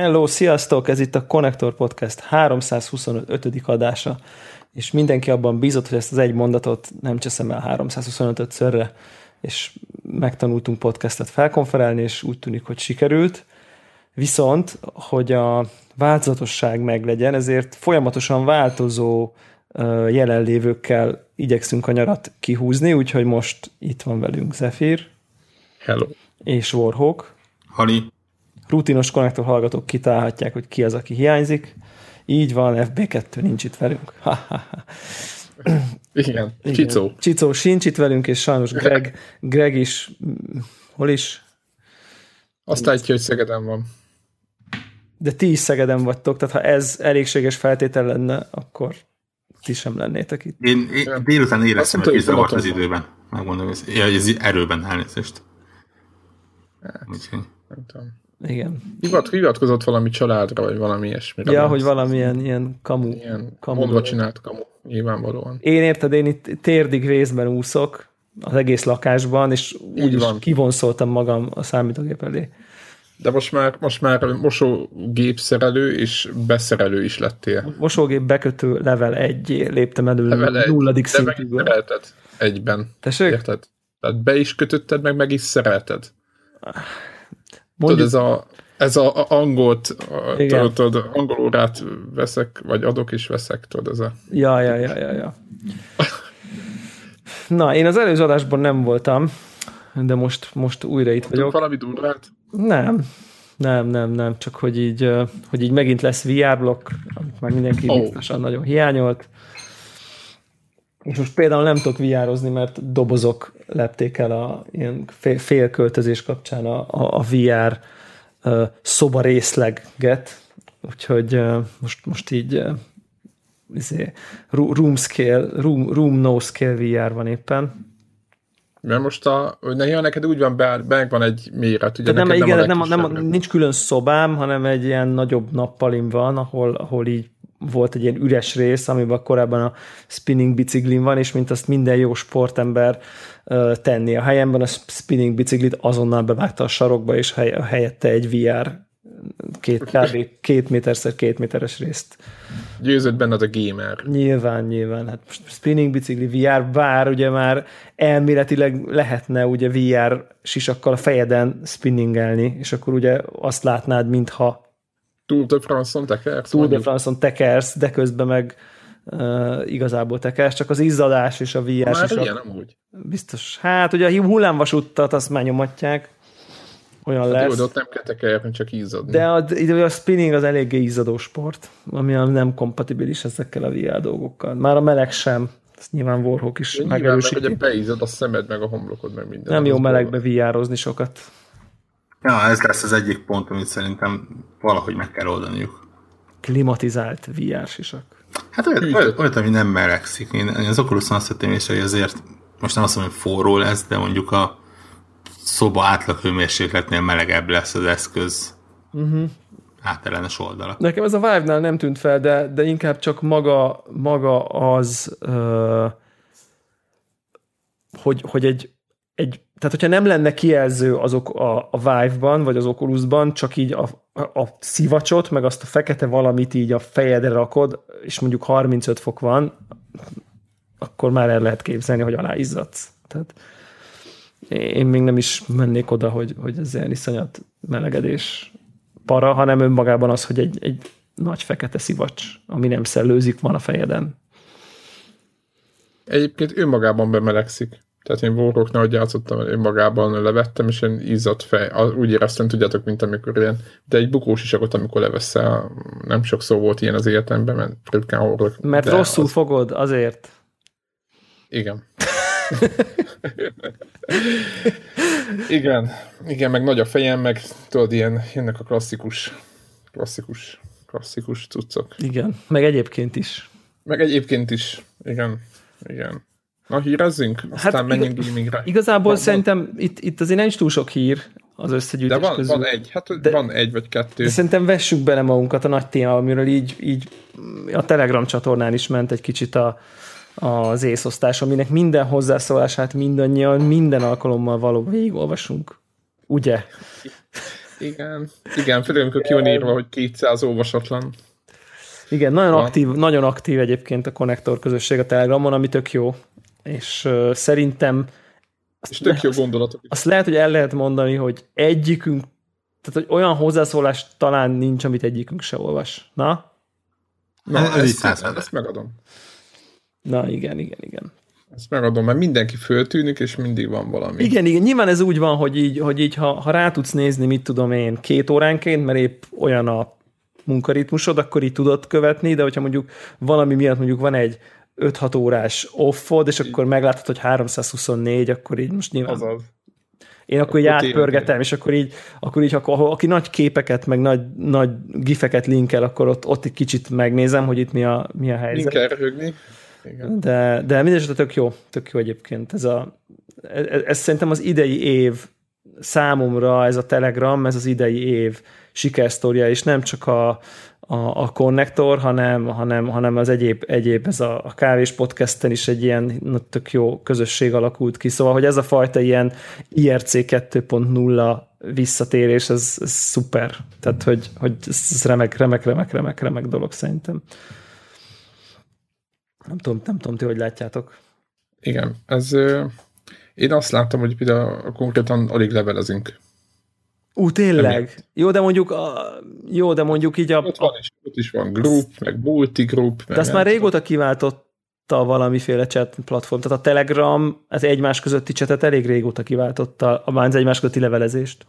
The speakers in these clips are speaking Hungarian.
Hello, sziasztok! Ez itt a Konnektor Podcast 325. adása, és mindenki abban bízott, hogy ezt az egy mondatot nem cseszem el 325-szörre, és megtanultunk podcastet felkonferálni, és úgy tűnik, hogy sikerült. Viszont, hogy a változatosság meglegyen, ezért folyamatosan változó jelenlévőkkel igyekszünk a nyarat kihúzni, úgyhogy most itt van velünk Zephyr. Hello. És Warhawk. Hali. Rutinos konnektor hallgatók kitalálhatják, hogy ki az, aki hiányzik. Így van, FB2 nincs itt velünk. Igen, Csicó. Csicó sincs itt velünk, és sajnos Greg is. Hol is? Azt állítja, hogy Szegeden van. De ti is Szegeden vagytok, tehát ha ez elégséges feltétel lenne, akkor ti sem lennétek itt. Én délután éreztem, hogy zavart az időben. Megmondom, ez erőben elnézést. Nem tudom. Igen. Hivatkozott valami családra, vagy valami ilyesmire. Ja, hogy valamilyen ilyen kamu. Ilyen mondva csinált kamu, nyilvánvalóan. Én itt térdig vészben úszok az egész lakásban, és úgy is kivonszoltam magam a számítógép elé. De most már mosógép szerelő és beszerelő is lettél. Mosógép bekötő level 1 léptem elő nulladik szintűből. De meg is szerelted egyben. Tessék? Érted? Tehát be is kötötted, meg is szerelted. Mondjuk... Tudod, ez a angolt, tudod, angol órát veszek, vagy adok és veszek, tudod, ez a... Ja. Na, én az előző adásban nem voltam, de most újra itt vagyok. Valami durvát? Nem, csak hogy így megint lesz VR blokk, amit már mindenki biztosan nagyon hiányolt. És most például nem tudok VR-ozni, mert dobozok lepték el a ilyen félköltözés kapcsán a VR szoba részleget, úgyhogy most így room no scale VR van éppen. Mert most neked úgy van, van egy méret, ugye nincs külön szobám, hanem egy ilyen nagyobb nappalim van, ahol így volt egy ilyen üres rész, amiben korábban a spinning biciklin van, és mint azt minden jó sportember tenni a helyemben, a spinning biciklit azonnal bevágta a sarokba, és helyette egy VR 2 méterszer 2 méteres részt. Győzött benned a gamer. Nyilván. Hát most spinning bicikli VR, bár ugye már elméletileg lehetne ugye VR sisakkal a fejeden spinningelni, és akkor ugye azt látnád, mintha Tour de France-on tekersz? Tour de France-on tekersz, de közben meg igazából tekersz, csak az izzadás és a VR már ilyen amúgy. Biztos. Hát ugye a hullámvasúttat azt már nyomatják. Olyan hát lesz. Jó, ott nem kell tekerni, csak izzadni. De a spinning az eléggé izzadó sport, ami nem kompatibilis ezekkel a VR dolgokkal. Már a meleg sem. Ezt nyilván Warhawk is megerősíti. Nyilván, meg, hogy beizzad a szemed, meg a homlokod, meg minden. Nem jó melegbe VR-ozni sokat. Ja, ez lesz az egyik pont, amit szerintem valahogy meg kell oldaniuk. Klimatizált VR-sisak. Hát olyat, ami nem melegszik. Én az Oculuson azt vettem észre, hogy azért most nem azt mondom, hogy forró lesz, de mondjuk a szoba átlaghőmérsékletnél melegebb lesz az eszköz átellenes oldala. Nekem ez a Vive-nál nem tűnt fel, de inkább csak maga az, hogy egy tehát, hogyha nem lenne kijelző azok a Vive-ban, vagy az Oculusban, csak így a szivacsot, meg azt a fekete valamit így a fejedre rakod, és mondjuk 35 fok van, akkor már el lehet képzelni, hogy aláizzadsz. Tehát én még nem is mennék oda, hogy ez ilyen iszonyat melegedés para, hanem önmagában az, hogy egy nagy fekete szivacs, ami nem szellőzik, van a fejeden. Egyébként önmagában bemelegszik. Tehát én Warhawknál, hogy játszottam, önmagában levettem, és én izzadt fej. Úgy éreztem, tudjátok, mint amikor ilyen, de egy bukós isakot, amikor leveszel, nem sok szó volt ilyen az életemben, mert ritkán Warhawk. Mert rosszul fogod, azért. Igen. Igen, meg nagy a fejem, meg tudod, jönnek a klasszikus cuccok. Igen, meg egyébként is. Igen. Na, hírezzünk? Aztán menjünk gamingre. Igazából szerintem itt azért nincs túl sok hír az összegyűjtés közül. De van egy vagy kettő. De szerintem vessük bele magunkat a nagy téma, amiről így a Telegram csatornán is ment egy kicsit az észosztás, aminek minden hozzászólását mindannyian, minden alkalommal végigolvasunk. Ugye? Igen, főleg amikor ki van írva, hogy 200 olvasatlan. Igen, nagyon aktív egyébként a konnektor közösség a Telegramon, ami tök jó. És szerintem és tök jó gondolatok. Azt lehet, hogy el lehet mondani, hogy egyikünk, tehát hogy olyan hozzászólás talán nincs, amit egyikünk se olvas. Na, ezt megadom. Na, igen. Ezt megadom, mert mindenki föltűnik, és mindig van valami. Igen, nyilván ez úgy van, hogy így ha rá tudsz nézni, mit tudom én, 2 óránként, mert épp olyan a munkaritmusod, akkor így tudod követni, de hogyha mondjuk valami miatt mondjuk van egy 5-6 órás offod, és akkor meglátod, hogy 324, akkor így most nyilván... Azaz. Én akkor így átpörgetem, és akkor így aki nagy képeket, meg nagy gifeket linkel, akkor ott egy kicsit megnézem, hogy itt mi a helyzet. Linkel röhögni. Igen. De mindesetre tök jó egyébként. Ez szerintem az idei év számomra, ez a Telegram, ez az idei év sikersztória, és nem csak a konnektor, hanem az egyéb ez a Kávés podcasten is egy ilyen tök jó közösség alakult ki. Szóval, hogy ez a fajta ilyen IRC 2.0 visszatérés, ez szuper. Tehát, hogy ez remek dolog szerintem. Nem tudom, ti hogy látjátok. Igen, én azt láttam, hogy például konkrétan alig levelezünk. Tényleg? Jó, de mondjuk így ott is van group, meg multigroup. De azt már régóta kiváltotta valamiféle chat platform. Tehát a Telegram az egymás közötti chatet elég régóta kiváltotta az egymás közötti levelezést.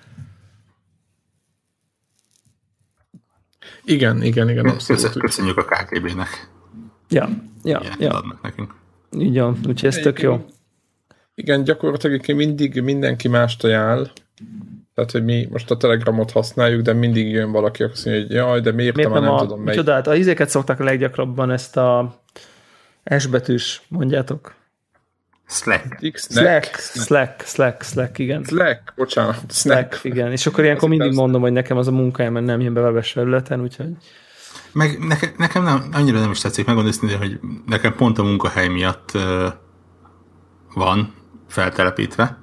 Igen. Köszönjük a KGB-nek. Ja. Nekünk. Így van, úgyhogy ez tök jó. Igen, gyakorlatilag mindig mindenki mást ajánl. Tehát, hogy mi most a Telegramot használjuk, de mindig jön valaki, aki mondja, hogy jaj, de miért nem tudom melyik. Csodát, a izéket szokták a leggyakrabban, ezt a S betűs, mondjátok. Slack, igen. Slack, bocsánat. Slack, igen. És akkor ilyenkor mindig mondom, hogy nekem az a munkájában nem jön be webes felületen, úgyhogy... Meg nekem annyira nem is tetszik megmondani, hogy nekem pont a munkahely miatt van feltelepítve,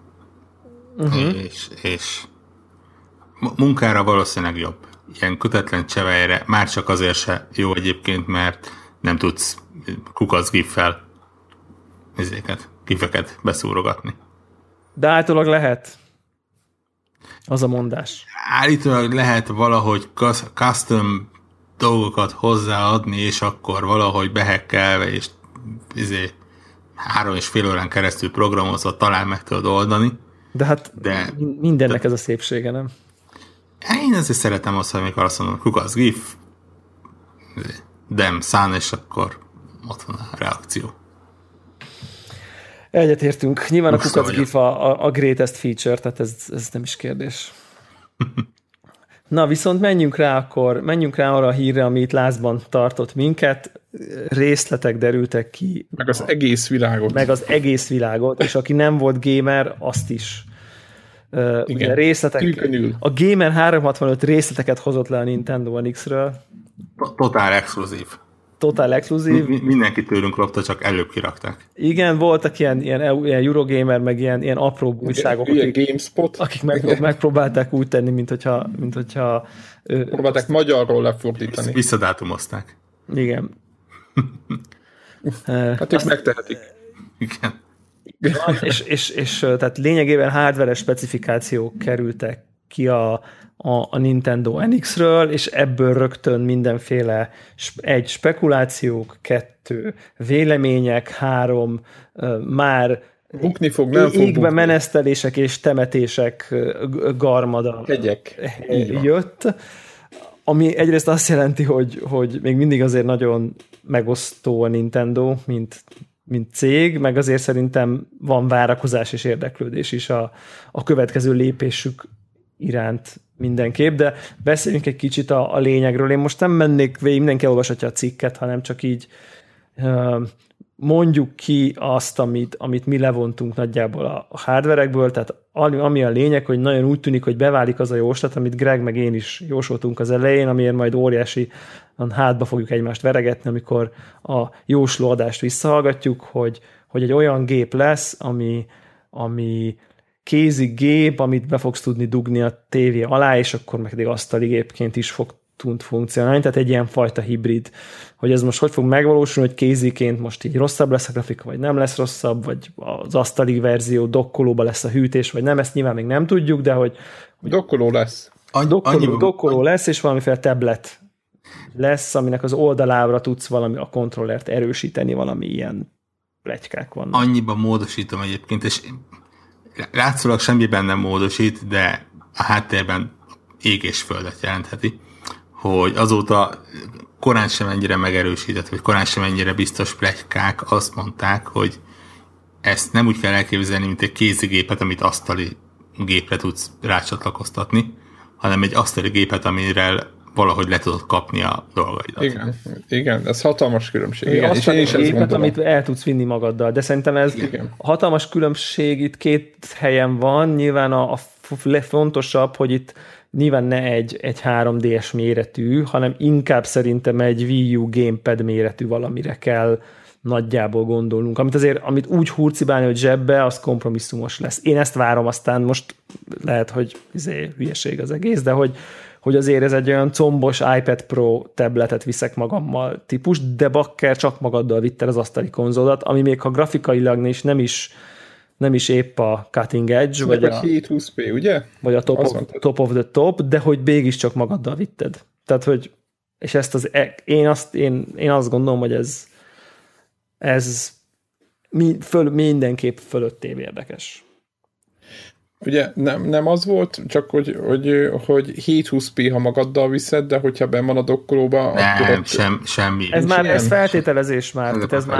és munkára valószínűleg jobb. Ilyen kötetlen csevelyre már csak azért se jó egyébként, mert nem tudsz kukac gif-fel gifeket beszúrogatni. De állítólag lehet. Az a mondás. Állítólag lehet valahogy custom dolgokat hozzáadni, és akkor valahogy behekkelve, és 3,5 órán keresztül programozva talán meg tudod oldani. De mindennek ez a szépsége, nem? Én ezért szeretem azt, hogy amikor azt mondom, kukac gif, dem szán, és akkor ott van a reakció. Egyetértünk. Nyilván a kukac gif a greatest feature, tehát ez nem is kérdés. Na, viszont menjünk rá arra a hírre, ami itt lázban tartott minket. Részletek derültek ki. Meg az egész világot. És aki nem volt gamer, azt is. Ugye részletek. A Gamer 365 részleteket hozott le a Nintendo NX-ről. Totál exkluzív. Mindenki tőlünk lopta, csak előbb kirakták. Igen, voltak ilyen Eurogamer, meg ilyen apró újságok, akik megpróbálták úgy tenni, mint hogyha próbálták magyarról lefordítani. Visszadátumozták. Igen. Hát ők megtehetik. Igen. És tehát lényegében hardware-es specifikációk kerültek ki a Nintendo NX-ről, és ebből rögtön mindenféle 1 spekulációk, 2 vélemények, 3 már bukni fog, nem fog égbe menesztelések és temetések garmada jött, ami egyrészt azt jelenti, hogy még mindig azért nagyon megosztó a Nintendo, mint cég, meg azért szerintem van várakozás és érdeklődés is a következő lépésük iránt mindenképp, de beszéljünk egy kicsit a lényegről. Én most nem mennék végig, mindenki olvashatja a cikket, hanem csak így mondjuk ki azt, amit mi levontunk nagyjából a hardverekből, tehát ami a lényeg, hogy nagyon úgy tűnik, hogy beválik az a jóslat, amit Greg meg én is jósoltunk az elején, amiért majd óriási hátba fogjuk egymást veregetni, amikor a jóslóadást visszahallgatjuk, hogy egy olyan gép lesz, ami kézi gép, amit be fogsz tudni dugni a tévé alá, és akkor meg asztali gépként is fog tud funkcionálni, tehát egy ilyen fajta hibrid, hogy ez most hogy fog megvalósulni, hogy kéziként most így rosszabb lesz a grafika, vagy nem lesz rosszabb, vagy az asztali verzió dokkolóba lesz a hűtés, vagy nem, ezt nyilván még nem tudjuk, de hogy dokkoló lesz. Dokkoló lesz, és valamiféle tablet lesz, aminek az oldalára tudsz valami a kontrollert erősíteni, valami ilyen pletykák vannak. Annyiban módosítom egyébként, és látszólag semmiben nem módosít, de a háttérben ég és földet jelentheti, hogy azóta korán sem ennyire megerősített, vagy korán sem ennyire biztos pletykák azt mondták, hogy ezt nem úgy kell elképzelni, mint egy kézigépet, amit asztali gépre tudsz rácsatlakoztatni, hanem egy asztali gépet, amire valahogy le tudod kapni a dolgaidat. Igen, ez hatalmas különbség. Igen, és én is gépet, amit el tudsz vinni magaddal, de szerintem ez a hatalmas különbség itt két helyen van, nyilván a fontosabb, hogy itt nyilván ne egy 3D-es méretű, hanem inkább szerintem egy Wii U gamepad méretű valamire kell nagyjából gondolnunk. Amit úgy hurcibálni, hogy zsebbe, az kompromisszumos lesz. Én ezt várom, aztán most lehet, hogy hülyeség az egész, de hogy azért ez egy olyan combos iPad Pro tabletet viszek magammal típus, de bakker csak magaddal vitted az asztali konzolat, ami még ha grafikailag is nem is épp a cutting edge, vagy a 720p, ugye? Vagy a top of the top, de hogy mégiscsak magaddal vitted. Tehát, hogy és ezt én azt gondolom, hogy ez mindenképp fölöttébb érdekes. Ugye nem az volt, csak hogy 720p, ha magaddal viszed, de hogyha benn van a dokkolóba, akkor semmi. Ez feltételezés már.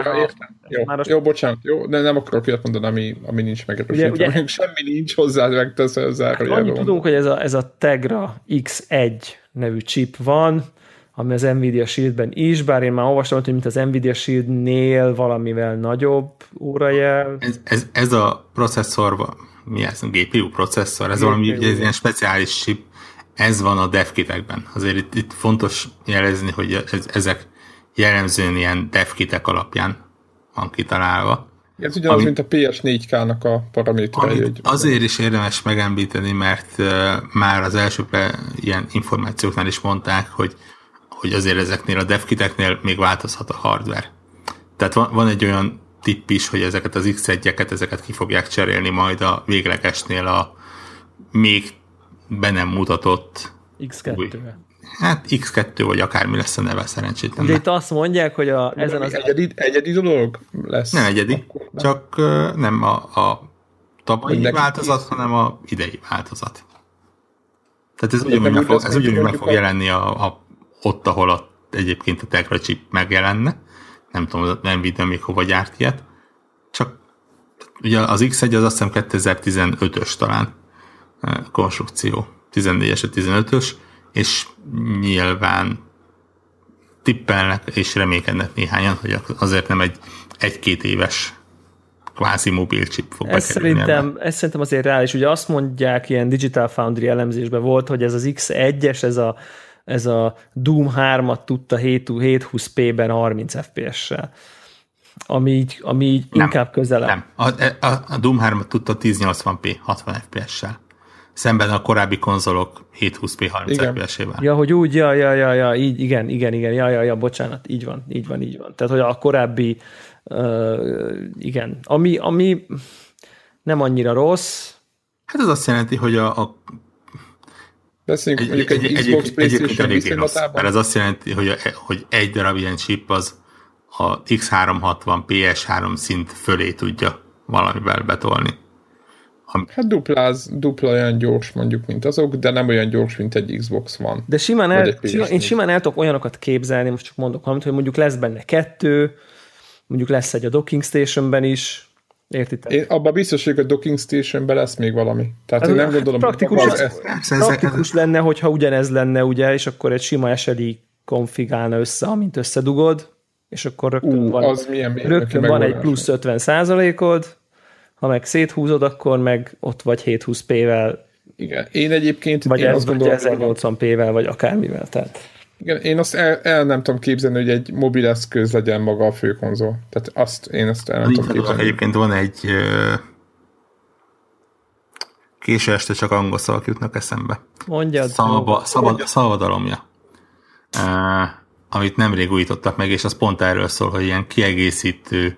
Jó, bocsánat, jó, de nem akarok ilyet mondani, ami nincs megerősítve. Semmi nincs hozzá, megtesz zárójelben. Annyit tudunk, hogy ez a Tegra X1 nevű chip van, ami az Nvidia Shieldben is, bár én már olvastam, hogy mint az Nvidia Shieldnél valamivel nagyobb órajel. Ez a processzor, mi ez? GPU processzor, ez valami ez ilyen speciális chip, ez van a devkitekben. Azért itt fontos jelezni, hogy ezek jellemzően ilyen devkitek alapján van kitalálva. Ez ugyanaz, mint a PS4K-nak a paraméterei. Azért is érdemes megemlíteni, mert már az első ilyen információknál is mondták, hogy azért ezeknél a devkiteknél még változhat a hardware. Tehát van egy olyan tipp is, hogy ezeket az X1-eket, ezeket ki fogják cserélni majd a véglegesnél a még be nem mutatott X2. Hát X2, vagy akármi lesz a neve, szerencsétlen. De itt azt mondják, hogy ezen az... Egyedi dolog lesz? Nem egyedi, csak nem a tavalyi változat, hanem a idei változat. Tehát ez ugyanúgy meg fog jelenni ott, ahol egyébként a Tegra chip megjelenne. Nem tudom, nem Nvidia még hova gyárt ilyet. Csak ugye az X1 az azt hiszem 2015-ös talán konstrukció. 14-es, 15-ös, és nyilván tippelnek és reménykednek néhányan, hogy azért nem egy-két éves kvázi mobil chip fog bekerülni. Ez szerintem azért reális. Ugye azt mondják, ilyen Digital Foundry elemzésben volt, hogy ez az X1-es, ez a Doom 3-at tudta 720p-ben 30 fps-sel. Ami így inkább közelebb. Nem. A Doom 3-at tudta 1080p 60 fps-sel. Szemben a korábbi konzolok 720p 30 fps-ével. Ja, hogy úgy, így, igen, bocsánat, így van. Tehát, hogy a korábbi igen. Ami nem annyira rossz. Hát ez azt jelenti, hogy beszéljünk mondjuk egy Xbox PlayStation viszonylatában. Mert ez azt jelenti, hogy egy darab ilyen chip az a X360 PS3 szint fölé tudja valamivel betolni. Hát dupla olyan gyors mondjuk, mint azok, de nem olyan gyors, mint egy Xbox van. De én simán el tudok olyanokat képzelni, most csak mondok valamit, hogy mondjuk lesz benne 2, mondjuk lesz egy a Docking Stationben is, értitek? Én abban biztos, hogy a Docking Stationben lesz még valami. Tehát én nem gondolom, praktikus lenne, hogyha ugyanez lenne, ugye, és akkor egy sima SLI config állna össze, amint összedugod, és akkor rögtön van egy plusz 50%-od, ha meg széthúzod, akkor meg ott vagy 720p-vel. Igen, én egyébként... Vagy 1080p-vel, vagy akármivel, tehát... Igen, én azt el nem tudom képzelni, hogy egy mobil eszköz legyen maga a főkonzol. Tehát én ezt el nem tudom képzelni. Egyébként van egy késő este csak angol szavak jutnak eszembe. Mondjad. Szabadalomja. Amit nemrég újítottak meg, és az pont erről szól, hogy ilyen kiegészítő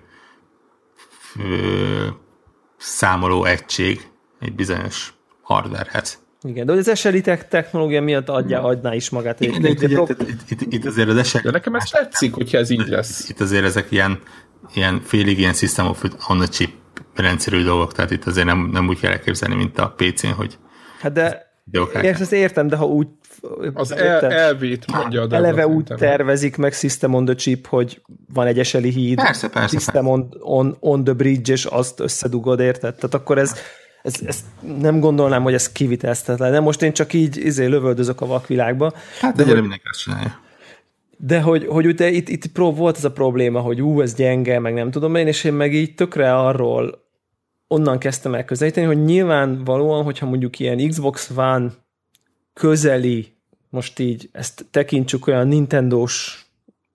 számoló egység egy bizonyos hardwarehez. Igen, de az SLI technológia miatt adná is magát. Igen, de itt azért az SLI... De nekem ez tetszik, hogyha ez így lesz. Itt azért ezek ilyen félig ilyen System on a Chip rendszerű dolgok, tehát itt azért nem úgy kell elképzelni, mint a PC-n, hogy... Hát de ezt értem, de ha úgy... Az elvét mondja a eleve úgy tervezik meg System on the Chip, hogy van egy SLI híd, persze, System on the Bridge, és azt összedugod, érted? Tehát akkor ez nem gondolnám, hogy ez kivitelezhetetlen. De most én csak így lövöldözök a vakvilágba. Hát de mindenki ezt csinálja. De hogy itt volt ez a probléma, hogy ez gyenge, meg nem tudom én, és én meg így tökre arról onnan kezdtem el közelíteni, hogy nyilvánvalóan, hogyha mondjuk ilyen Xbox One közeli, most így ezt tekintsük olyan Nintendo-s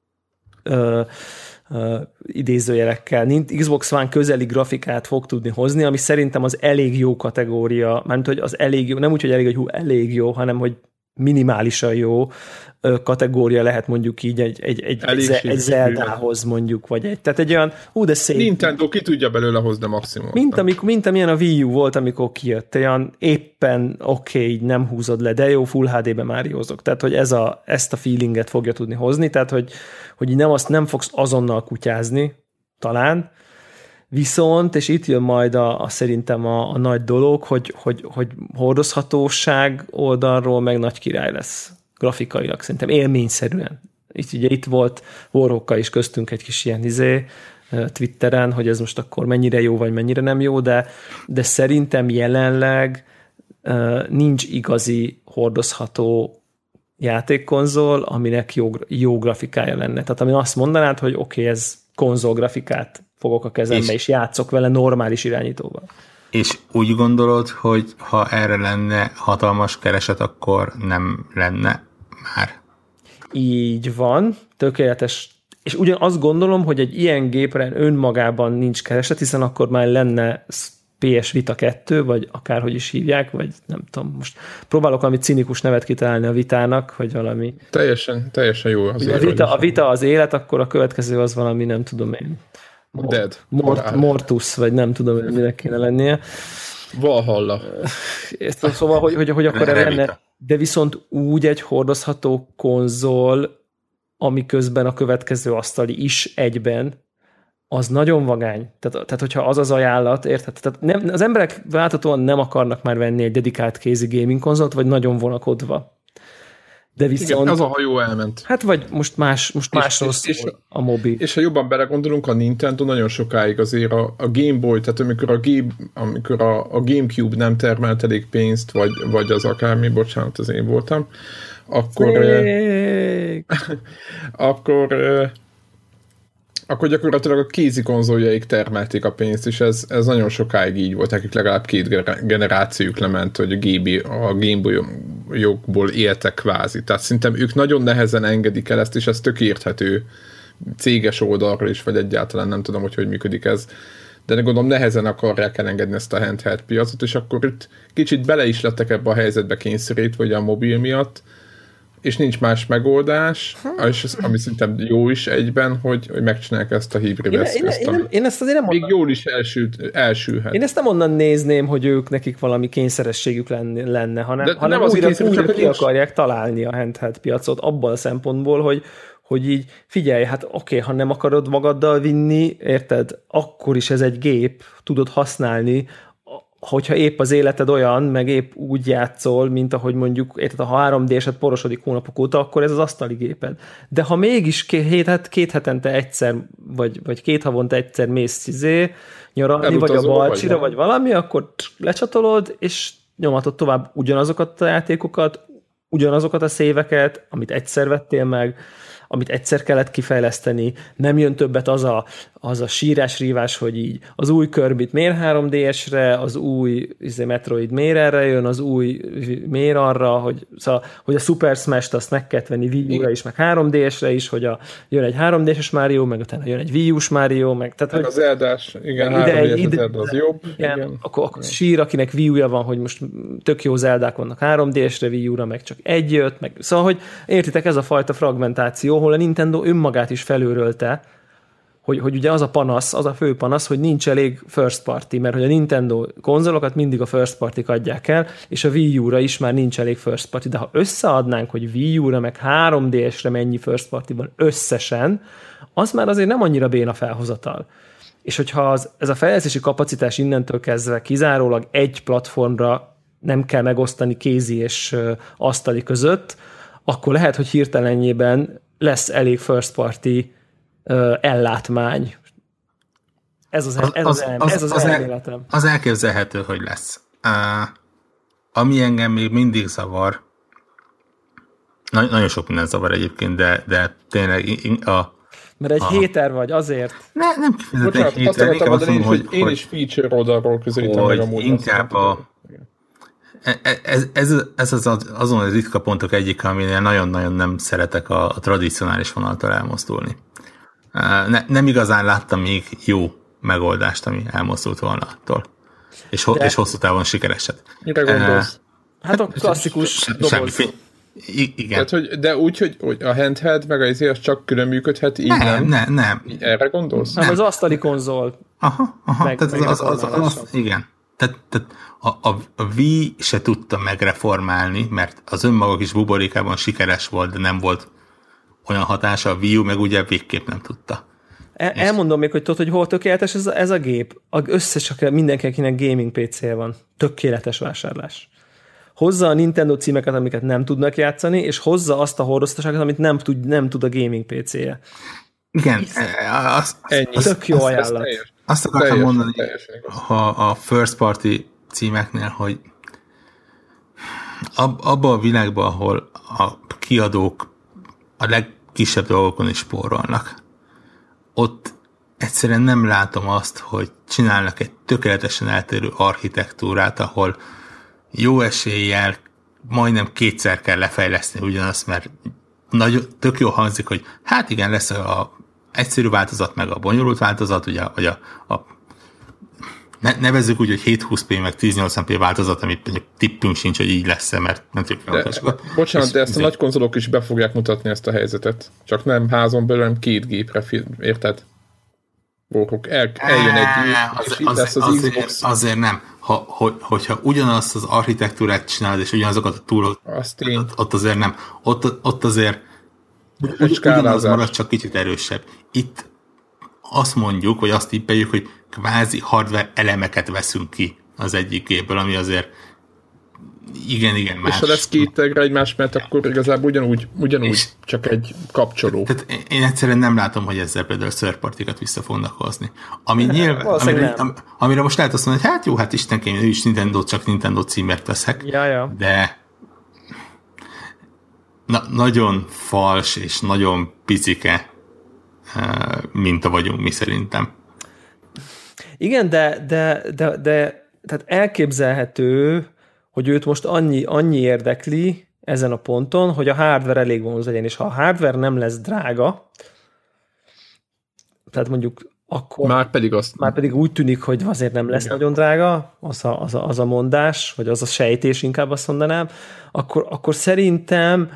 idézőjelekkel, Xbox One közeli grafikát fog tudni hozni, ami szerintem az elég jó kategória, mármint, hogy az elég jó, nem úgy, hogy elég jó, hanem, hogy minimálisan jó kategória lehet mondjuk így egy Zeldához mondjuk, vagy tehát egy olyan, de szép. Nintendo ki tudja belőle hozni maximum. Mint amilyen a Wii U volt, amikor kijött, olyan éppen így nem húzod le, de jó Full HD-be Mariózok. Tehát, hogy ezt a feelinget fogja tudni hozni, tehát, hogy nem fogsz azonnal kutyázni, talán, viszont, és itt jön majd szerintem a nagy dolog, hogy hordozhatóság oldalról meg nagy király lesz grafikailag, szerintem élményszerűen. Itt volt Warhawkkal is köztünk egy kis ilyen Twitteren, hogy ez most akkor mennyire jó, vagy mennyire nem jó, de szerintem jelenleg nincs igazi hordozható játékkonzol, aminek jó grafikája lenne. Tehát amin azt mondanád, hogy ez konzolgrafikát fogok a kezembe, és játszok vele normális irányítóval. És úgy gondolod, hogy ha erre lenne hatalmas kereset, akkor nem lenne már? Így van, tökéletes. És ugyan azt gondolom, hogy egy ilyen gépre önmagában nincs kereset, hiszen akkor már lenne PS Vita 2, vagy akárhogy is hívják, vagy nem tudom, most próbálok valami cinikus nevet kitalálni a Vitának, hogy valami... Teljesen jó az a Vita az élet, akkor a következő az valami, nem tudom én. Dead. Mortus, vagy nem tudom, minek kéne lennie. Valhalla. Szóval, hogy akkor lenne, de viszont úgy egy hordozható konzol, ami közben a következő asztali is egyben, az nagyon vagány. Tehát hogyha az ajánlat, érted? Tehát az emberek láthatóan nem akarnak már venni egy dedikált kézi gaming konzolt, vagy nagyon vonakodva. De viszont... Igen, az a hajó elment. Hát vagy most másról szól a mobil. És ha jobban belegondolunk, a Nintendo nagyon sokáig azért a Game Boy, tehát amikor a Gamecube nem termelt elég pénzt, vagy az akármi, bocsánat, az én voltam, akkor gyakorlatilag a kézi konzoljaik termelték a pénzt, és ez nagyon sokáig így volt, akik legalább 2 generációjuk lement, hogy a Game Boy-jogból éltek kvázi. Tehát szerintem ők nagyon nehezen engedik el ezt, és ez tök érthető céges oldalról is, vagy egyáltalán nem tudom, hogy működik ez. De gondolom nehezen akarják elengedni ezt a handheld piacot, és akkor itt kicsit bele is lettek ebbe a helyzetbe kényszerítve, vagy a mobil miatt, és nincs más megoldás, és ami szerintem jó is egyben, hogy megcsinálják ezt a hibrid eszközt. Én ezt azért nem még jól is elsülhet. Én ezt nem onnan nézném, hogy ők nekik valami kényszerességük lenne, hanem újra ki akarják találni a handheld piacot abban a szempontból, hogy így figyelj, hát ha nem akarod magaddal vinni, érted, akkor is ez egy gép, tudod használni, hogyha épp az életed olyan, meg épp úgy játszol, mint ahogy mondjuk, érted, ha 3D-eset porosodik hónapok óta, akkor ez az asztali géped. De ha mégis két hetente egyszer, vagy 2 havonta egyszer mész nyaralni, vagy a Balcsira, vagy valami, akkor lecsatolod, és nyomatod tovább ugyanazokat a játékokat, ugyanazokat a széveket, amit egyszer vettél meg, amit egyszer kellett kifejleszteni, nem jön többet az a sírás-rívás, hogy így az új Kirbyt miért 3DS-re, az új Metroid miért erre jön, az új miért arra, hogy a Super Smash-t azt meg kellett venni Wii U-ra is, meg 3DS-re is, hogy jön egy 3DS-es Mario, meg utána jön egy Wii U-s Mario, meg az Zeldás, igen, 3DS Zelda az jobb. Igen. Akkor sír, akinek Wii U-ja van, hogy most tök jó Zeldák vannak 3DS-re, Wii U-ra, meg csak egy jött, meg szóval, hogy értitek, ez a fajta fragmentáció, ahol a Nintendo önmagát is felőrölte, hogy ugye az a panasz, az a fő panasz, hogy nincs elég first party, mert hogy a Nintendo konzolokat mindig a first party-k adják el, és a Wii U-ra is már nincs elég first party, de ha összeadnánk, hogy Wii U-ra meg 3DS-re mennyi first party van összesen, az már azért nem annyira béna felhozatal. És hogyha ez a fejlesztési kapacitás innentől kezdve kizárólag egy platformra nem kell megosztani kézi és asztali között, akkor lehet, hogy hirtelenjében lesz elég first party ellátmány. Ez az elméletem. Az elképzelhető, hogy lesz. Ami engem még mindig zavar, nagyon sok minden zavar egyébként, de tényleg mert egy héter vagy, azért. Nem kifejezetten egy héter. Azt akartam, hogy én is feature oldalról közelítem meg a módon. Inkább ez azon a ritka pontok egyik, aminél nagyon-nagyon nem szeretek a tradicionális vonaltól elmozdulni. Nem igazán láttam még jó megoldást, ami elmozdult volna attól. És hosszú távon sikereset. Mire gondolsz? Hát a klasszikus doboz. Igen. Tehát, de úgy, hogy a handheld meg az csak külön működhet, így nem. Erre gondolsz? Nem, az asztali konzol. Aha. Igen. Tehát a Wii se tudta megreformálni, mert az önmaga kis buborékában sikeres volt, de nem volt olyan hatása, a Wii U meg ugye végképp nem tudta. Elmondom még, hogy tudod, hogy hol tökéletes ez a gép. Mindenki, akinek gaming PC-je van. Tökéletes vásárlás. Hozza a Nintendo címeket, amiket nem tudnak játszani, és hozza azt a hordoztaságot, amit nem tud a gaming PC-je. Igen. Tök jó ajánlat. Azt akartam mondani, ha a first party címeknél, hogy abban a világban, ahol a kiadók a legkisebb dolgokon is spórolnak, ott egyszerűen nem látom azt, hogy csinálnak egy tökéletesen eltérő architektúrát, ahol jó eséllyel majdnem kétszer kell lefejleszteni ugyanazt, mert tök jó hangzik, hogy hát igen, lesz a egyszerű változat, meg a bonyolult változat, ugye, vagy nevezzük úgy, hogy 720p, meg 1080p változat, amit mondjuk tippünk sincs, hogy így lesz, mert nem tudjuk. Bocsánat, de ezt a nagy konzolok is be fogják mutatni ezt a helyzetet. Csak nem házon belül, hanem két gépre, érted? Eljön egy gép, és itt lesz az Xbox. Azért nem. Hogyha ugyanazt az architektúrát csinálod, és ugyanazokat a túlok, ott azért nem. Ott azért ugyanaz marad, csak kicsit erősebb. Itt azt mondjuk, vagy azt tippeljük, hogy kvázi hardware elemeket veszünk ki az egyik gépből, ami azért igen más. És ha lesz két tegre egymás, mert akkor igazából ugyanúgy csak egy kapcsoló. Tehát én egyszerűen nem látom, hogy ezzel például third-partikat vissza fognak hozni. Amire most lehet azt mondani, hogy hát jó, hát istenkém, ő is csak Nintendo címért veszek, de nagyon fals és nagyon picike minta vagyunk mi szerintem. Igen, de tehát elképzelhető, hogy őt most annyi érdekli ezen a ponton, hogy a hardware elég vonzó legyen, és ha a hardware nem lesz drága, tehát mondjuk akkor már pedig úgy tűnik, hogy azért nem lesz nagyon drága, az a mondás, vagy az a sejtés, inkább azt mondanám, akkor szerintem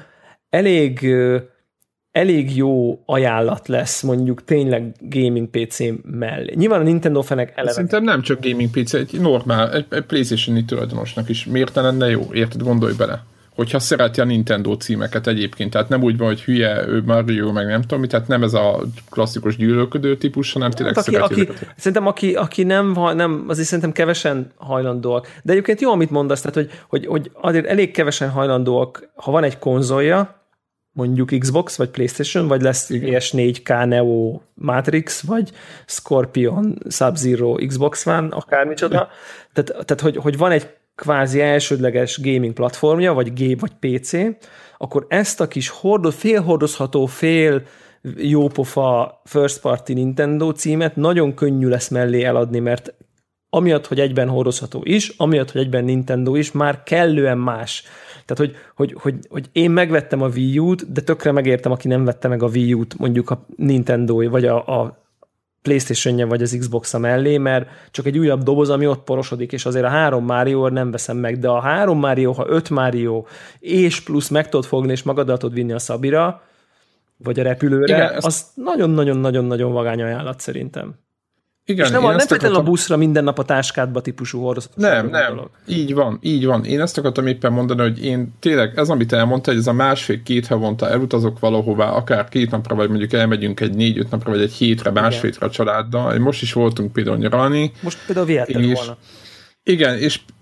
elég jó ajánlat lesz mondjuk tényleg gaming PC mellé. Nyilván a Nintendo fenek eleve. Szerintem nem csak gaming PC, egy normál, egy PlayStation-i tulajdonosnak is. Miért lenne jó? Érted? Gondolj bele. Hogyha szereti a Nintendo címeket egyébként, tehát nem úgy van, hogy hülye, ő Mario, meg nem tudom, tehát nem ez a klasszikus gyűlölködő típus, hanem tényleg szereti. Szerintem aki nem, azért szerintem kevesen hajlandóak. De egyébként jó, amit mondasz, tehát hogy azért elég kevesen hajlandóak, ha van egy konzolja, mondjuk Xbox, vagy PlayStation, vagy lesz PS4K Neo Matrix, vagy Scorpion Sub-Zero Xbox One, akármicsoda. Tehát hogy van egy kvázi elsődleges gaming platformja, vagy PC, akkor ezt a kis félhordozható, fél jópofa first party Nintendo címet nagyon könnyű lesz mellé eladni, mert amiatt, hogy egyben hordozható is, amiatt, hogy egyben Nintendo is, már kellően más. Tehát, hogy én megvettem a Wii U-t, de tökre megértem, aki nem vette meg a Wii U-t, mondjuk a Nintendo, vagy a PlayStation-je, vagy az Xbox-a mellé, mert csak egy újabb doboz, ami ott porosodik, és azért a 3 Mario nem veszem meg, de a 3 Mario, ha 5 Mario, és plusz meg tudod fogni, és magaddal tudod vinni a Szabira, vagy a repülőre, igen, az nagyon-nagyon-nagyon-nagyon vagány ajánlat szerintem. Igen, és nem feltétlenül a buszra minden nap a táskádba típusú hordozható. Nem. Így van. Én ezt akartam éppen mondani, hogy én tényleg, ez amit elmondta, hogy ez a 1,5-2 havonta elutazok valahová, akár 2 napra, vagy mondjuk elmegyünk egy 4-5 napra, vagy egy hétre, másfélre a családdal. Most is voltunk például nyaralni. Most például vihettem volna. Igen,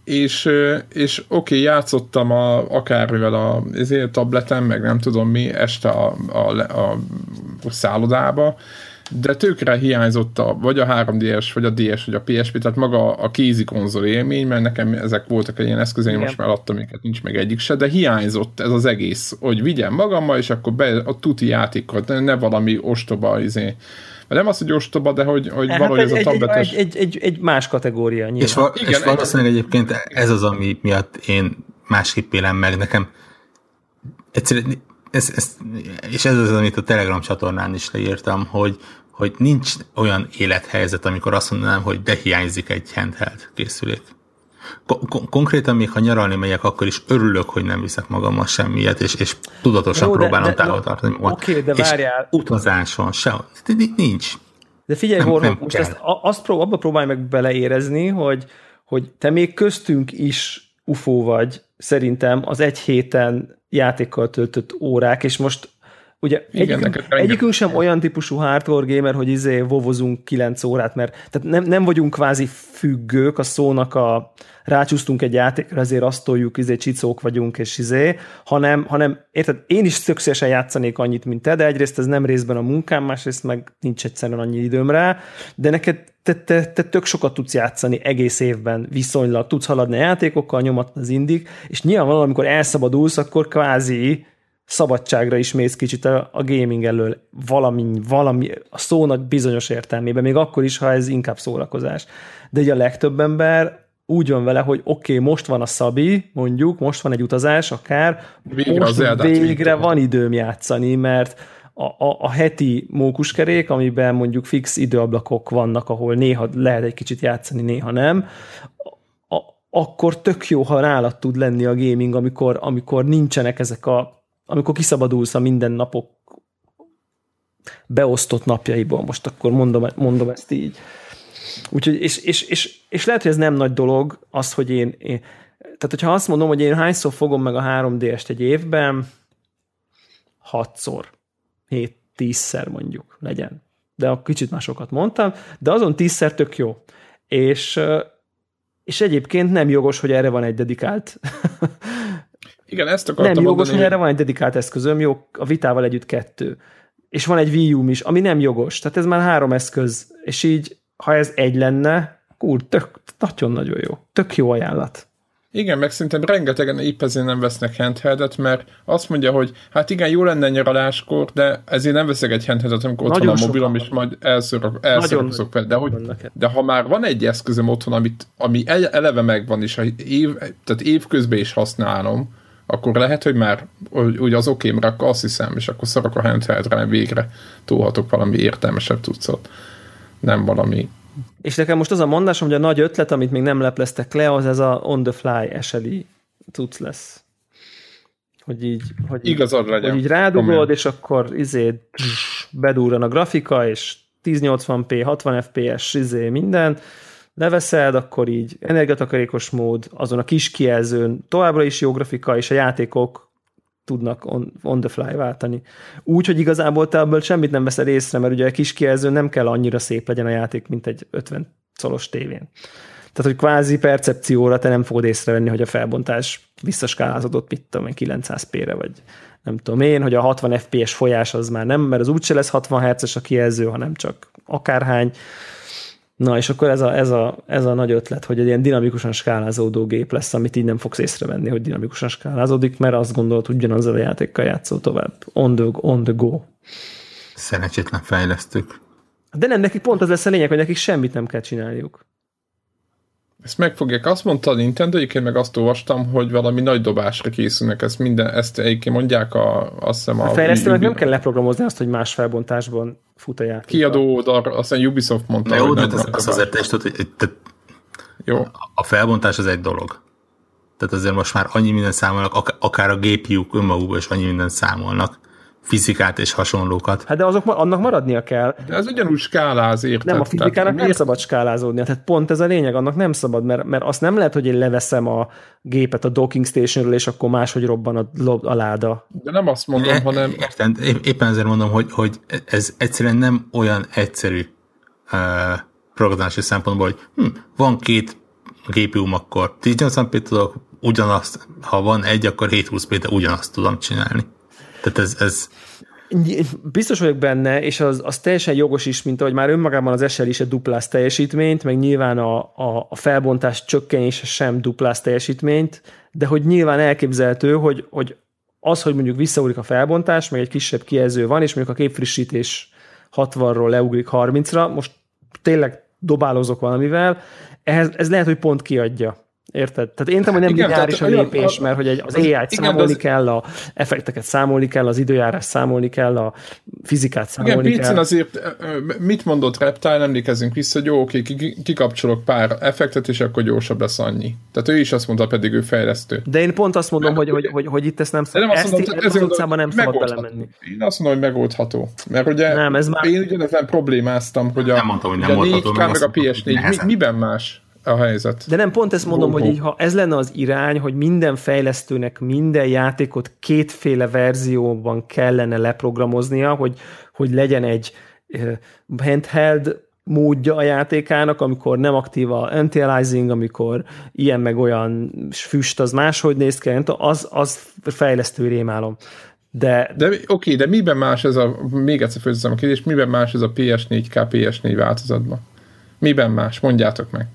és oké, játszottam akármivel a tabletem, meg nem tudom mi, este a szállodába, de tökre hiányzott vagy a 3DS, vagy a DS, vagy a PSP, tehát maga a kézi konzol élmény, mert nekem ezek voltak ilyen eszközeim, most már adtam őket, nincs meg egyik se, de hiányzott ez az egész, hogy vigyem magammal, és akkor a tuti játékot, ne valami ostoba, nem az, hogy ostoba, de hogy valahogy ez a tabletes... Egy más kategória nyilván. És valószínűleg egyébként ez az, ami miatt én másképp élem meg nekem. Egyszerűen, és ez az, amit a Telegram csatornán is leírtam, hogy nincs olyan élethelyzet, amikor azt mondanám, hogy de hiányzik egy handheld készülék. Konkrétan még ha nyaralni megyek, akkor is örülök, hogy nem viszek magammal semmiet, és tudatosan próbálom távol tartani magam. Oké, de várjál. És utazáson sem. Nincs. De figyelj, Hornok, most ezt abba próbálj meg beleérezni, hogy te még köztünk is ufó vagy, szerintem az egy héten játékkal töltött órák, és most ugye egyikünk sem olyan típusú hardcore gamer, hogy vovozunk 9 órát, mert tehát nem vagyunk kvázi függők a szónak rácsúsztunk egy játékra, ezért azt toljuk, csicók vagyunk, és hanem érted, én is szükségesen játszanék annyit, mint te, de egyrészt ez nem részben a munkám, másrészt meg nincs egyszerűen annyi időm rá, de neked te tök sokat tudsz játszani egész évben viszonylag, tudsz haladni a játékokkal, nyomatni az indik, és nyilvánvalóan, amikor elszabadulsz, akkor kvázi szabadságra is mész kicsit a gaming elől valami a szónak bizonyos értelmében, még akkor is, ha ez inkább szórakozás. De ugye a legtöbb ember úgy van vele, hogy oké, most van a Szabi, mondjuk, most van egy utazás, akár, végre van időm játszani, mert a heti mókuskerék, amiben mondjuk fix időablakok vannak, ahol néha lehet egy kicsit játszani, néha nem, akkor tök jó, ha nálad tud lenni a gaming, amikor nincsenek ezek amikor kiszabadulsz a mindennapok beosztott napjaiból, most akkor mondom ezt így. Úgyhogy, és lehet, hogy ez nem nagy dolog, az, hogy én tehát, hogyha azt mondom, hogy én hányszor fogom meg a 3DS-t egy évben, 6-szor, 7-10-szer mondjuk legyen. De a kicsit másokat mondtam, de azon 10-szer tök jó. És egyébként nem jogos, hogy erre van egy dedikált igen, ezt akartam nem jogos, mondani, hogy erre van egy dedikált eszközöm, jó, a Vitával együtt 2. És van egy Wii U-m is, ami nem jogos. Tehát ez már 3 eszköz. És így, ha ez egy lenne, nagyon-nagyon jó. Tök jó ajánlat. Igen, meg szerintem rengetegen épp ezért nem vesznek handheldet, mert azt mondja, hogy hát igen, jó lenne nyaraláskor, de ezért nem veszek egy handheldet, amikor ott van a mobilom, és majd elszorozok fel. De ha már van egy eszközöm otthon, ami eleve megvan, és tehát évközben is használom, akkor lehet, hogy már úgy az oké, mert akkor azt hiszem, és akkor szarok a handheldre, végre túlhatok valami értelmesebb cuccot. Nem valami. És nekem most az a mondásom, hogy a nagy ötlet, amit még nem lepleztek le, az ez a on the fly eseli cucc lesz. Hogy így rádugod, és akkor bedurran a grafika, és 1080p, 60 fps, minden, leveszed, akkor így energiatakarékos mód, azon a kis kijelzőn továbbra is jó grafika, és a játékok tudnak on the fly váltani. Úgy, hogy igazából te ebből semmit nem veszel észre, mert ugye a kis kijelzőn nem kell annyira szép legyen a játék, mint egy 50 colos tévén. Tehát, hogy kvázi percepcióra te nem fogod észrevenni, hogy a felbontás visszaskálázódott, mit tudom én, 900p-re, vagy nem tudom én, hogy a 60 fps folyás az már nem, mert az úgyse lesz 60 Hz-es a kijelző, hanem csak akárhány. Na, és akkor ez a nagy ötlet, hogy egy ilyen dinamikusan skálázódó gép lesz, amit így nem fogsz észrevenni, hogy dinamikusan skálázódik, mert azt gondolod, hogy ugyanazzal a játékkal játszol tovább. On the go. Szerencsétlen fejlesztők. De nem, nekik pont az lesz a lényeg, hogy nekik semmit nem kell csinálniuk. Ezt megfogják. Azt mondta a Nintendo, egyébként meg azt olvastam, hogy valami nagy dobásra készülnek. Ezt egyébként mondják azt hiszem a fejlesztőnek nem kell leprogramozni azt, hogy más felbontásban fut a játék. Kiadó oldalra, aztán Ubisoft mondta. Jó, de az azért is tudod, hogy jó. A felbontás az egy dolog. Tehát azért most már annyi minden számolnak, akár a GPU-k önmagukban is annyi minden számolnak. Fizikát és hasonlókat. Hát de annak maradnia kell. De ez ugyanúgy skáláz, érted? Nem, a fizikának nem szabad skálázódnia. Tehát pont ez a lényeg, annak nem szabad, mert azt nem lehet, hogy én leveszem a gépet a docking stationről, és akkor máshogy robban a láda. De nem azt mondom, hanem... Értem, éppen azért mondom, hogy ez egyszerűen nem olyan egyszerű programozási szempontból, hogy van 2 GPU-m, akkor 1080p tudok, ugyanazt, ha van egy, akkor 720p, de ugyanazt tudom csinálni. Tehát ez... Biztos vagyok benne, és az teljesen jogos is, mint ahogy már önmagában az SL is dupláz teljesítményt, meg nyilván a felbontás csökkenése sem dupláz teljesítményt, de hogy nyilván elképzelhető, hogy az, hogy mondjuk visszaugrik a felbontás, meg egy kisebb kijelző van, és mondjuk a képfrissítés 60-ról leugrik 30-ra, most tényleg dobálozok valamivel, ez lehet, hogy pont kiadja. Érted? Tehát én tudom, hogy nem lineáris a lépés, mert hogy az AI-t számolni kell, a effekteket számolni kell, az időjárás számolni kell, a fizikát számolni kell. Igen, azért mit mondott Reptile, emlékezzünk vissza, hogy jó, oké, kikapcsolok pár effektet, és akkor gyorsabb lesz annyi. Tehát ő is azt mondta, pedig ő fejlesztő. De én pont azt mondom, hogy itt ezt nem szabad. Ezt utcában nem szabad belemenni. Én azt mondom, hogy megoldható. Mert ugye nem, ez már... én ugyanezen problémáztam, hogy nem mondtam, hogy nem oldható, meg a PS4, miben más a helyzet? De nem, pont ezt mondom, hogy így, ha ez lenne az irány, hogy minden fejlesztőnek minden játékot 2 verzióban kellene leprogramoznia, hogy legyen egy handheld módja a játékának, amikor nem aktív a anti-aliasing, amikor ilyen meg olyan füst, az máshogy néz ki, az fejlesztő rémálom. De oké, de miben más ez még egyszer főzzem a kérdést, miben más ez a PS4K, PS4 változatban? Miben más? Mondjátok meg.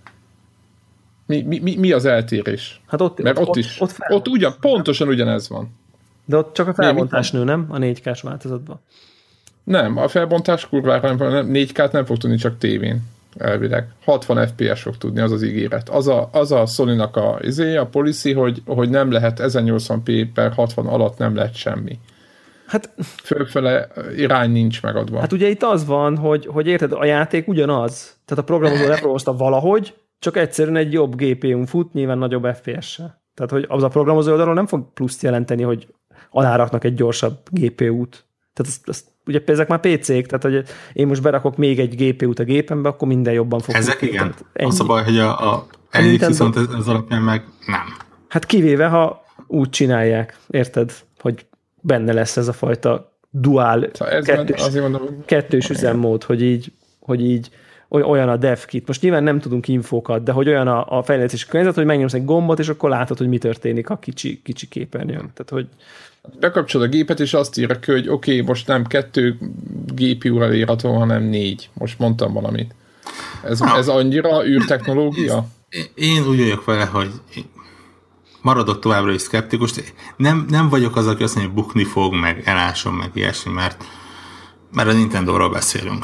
Mi az eltérés? Hát ott ugyan, pontosan ugyanez van. De ott csak a felbontás nő, nem? A 4K-s változatban. Nem, a felbontás kurvára 4K-t nem fog tudni csak tévén, elvileg. 60 FPS fog tudni, az az ígéret. Az a Sony-nak a policy, hogy nem lehet 1080p per 60 alatt nem lehet semmi. Hát, fölfele irány nincs megadva. Hát ugye itt az van, hogy érted, a játék ugyanaz. Tehát a programozó leprogramozta valahogy, csak egyszerűen egy jobb GPU-n fut, nyilván nagyobb FPS-sel. Tehát, hogy az a programozó oldalról nem fog pluszt jelenteni, hogy aláraknak egy gyorsabb GPU-t. Tehát ugye ezek már PC-k, tehát hogy én most berakok még egy GPU-t a gépembe, akkor minden jobban fog. Ezek igen. Az a baj, hogy a NX viszont ez alapján meg nem. Hát kivéve, ha úgy csinálják, érted, hogy benne lesz ez a fajta dual kettős üzemmód, hogy így olyan a dev kit. Most nyilván nem tudunk infókat, de hogy olyan a fejlesztési környezet, hogy megnyomsz egy gombot, és akkor látod, hogy mi történik a kicsi képernyőn. Tehát, hogy bekapcsolod a gépet, és azt írja ki, hogy oké, most nem 2 GPU-ral írható, hanem 4. Most mondtam valamit. Ez annyira űrtechnológia? Én úgy vagyok vele, hogy maradok továbbra is szkeptikus. Nem vagyok az, aki azt mondja, hogy bukni fog, meg elásom, meg ilyesmi, mert a Nintendo-ról beszélünk.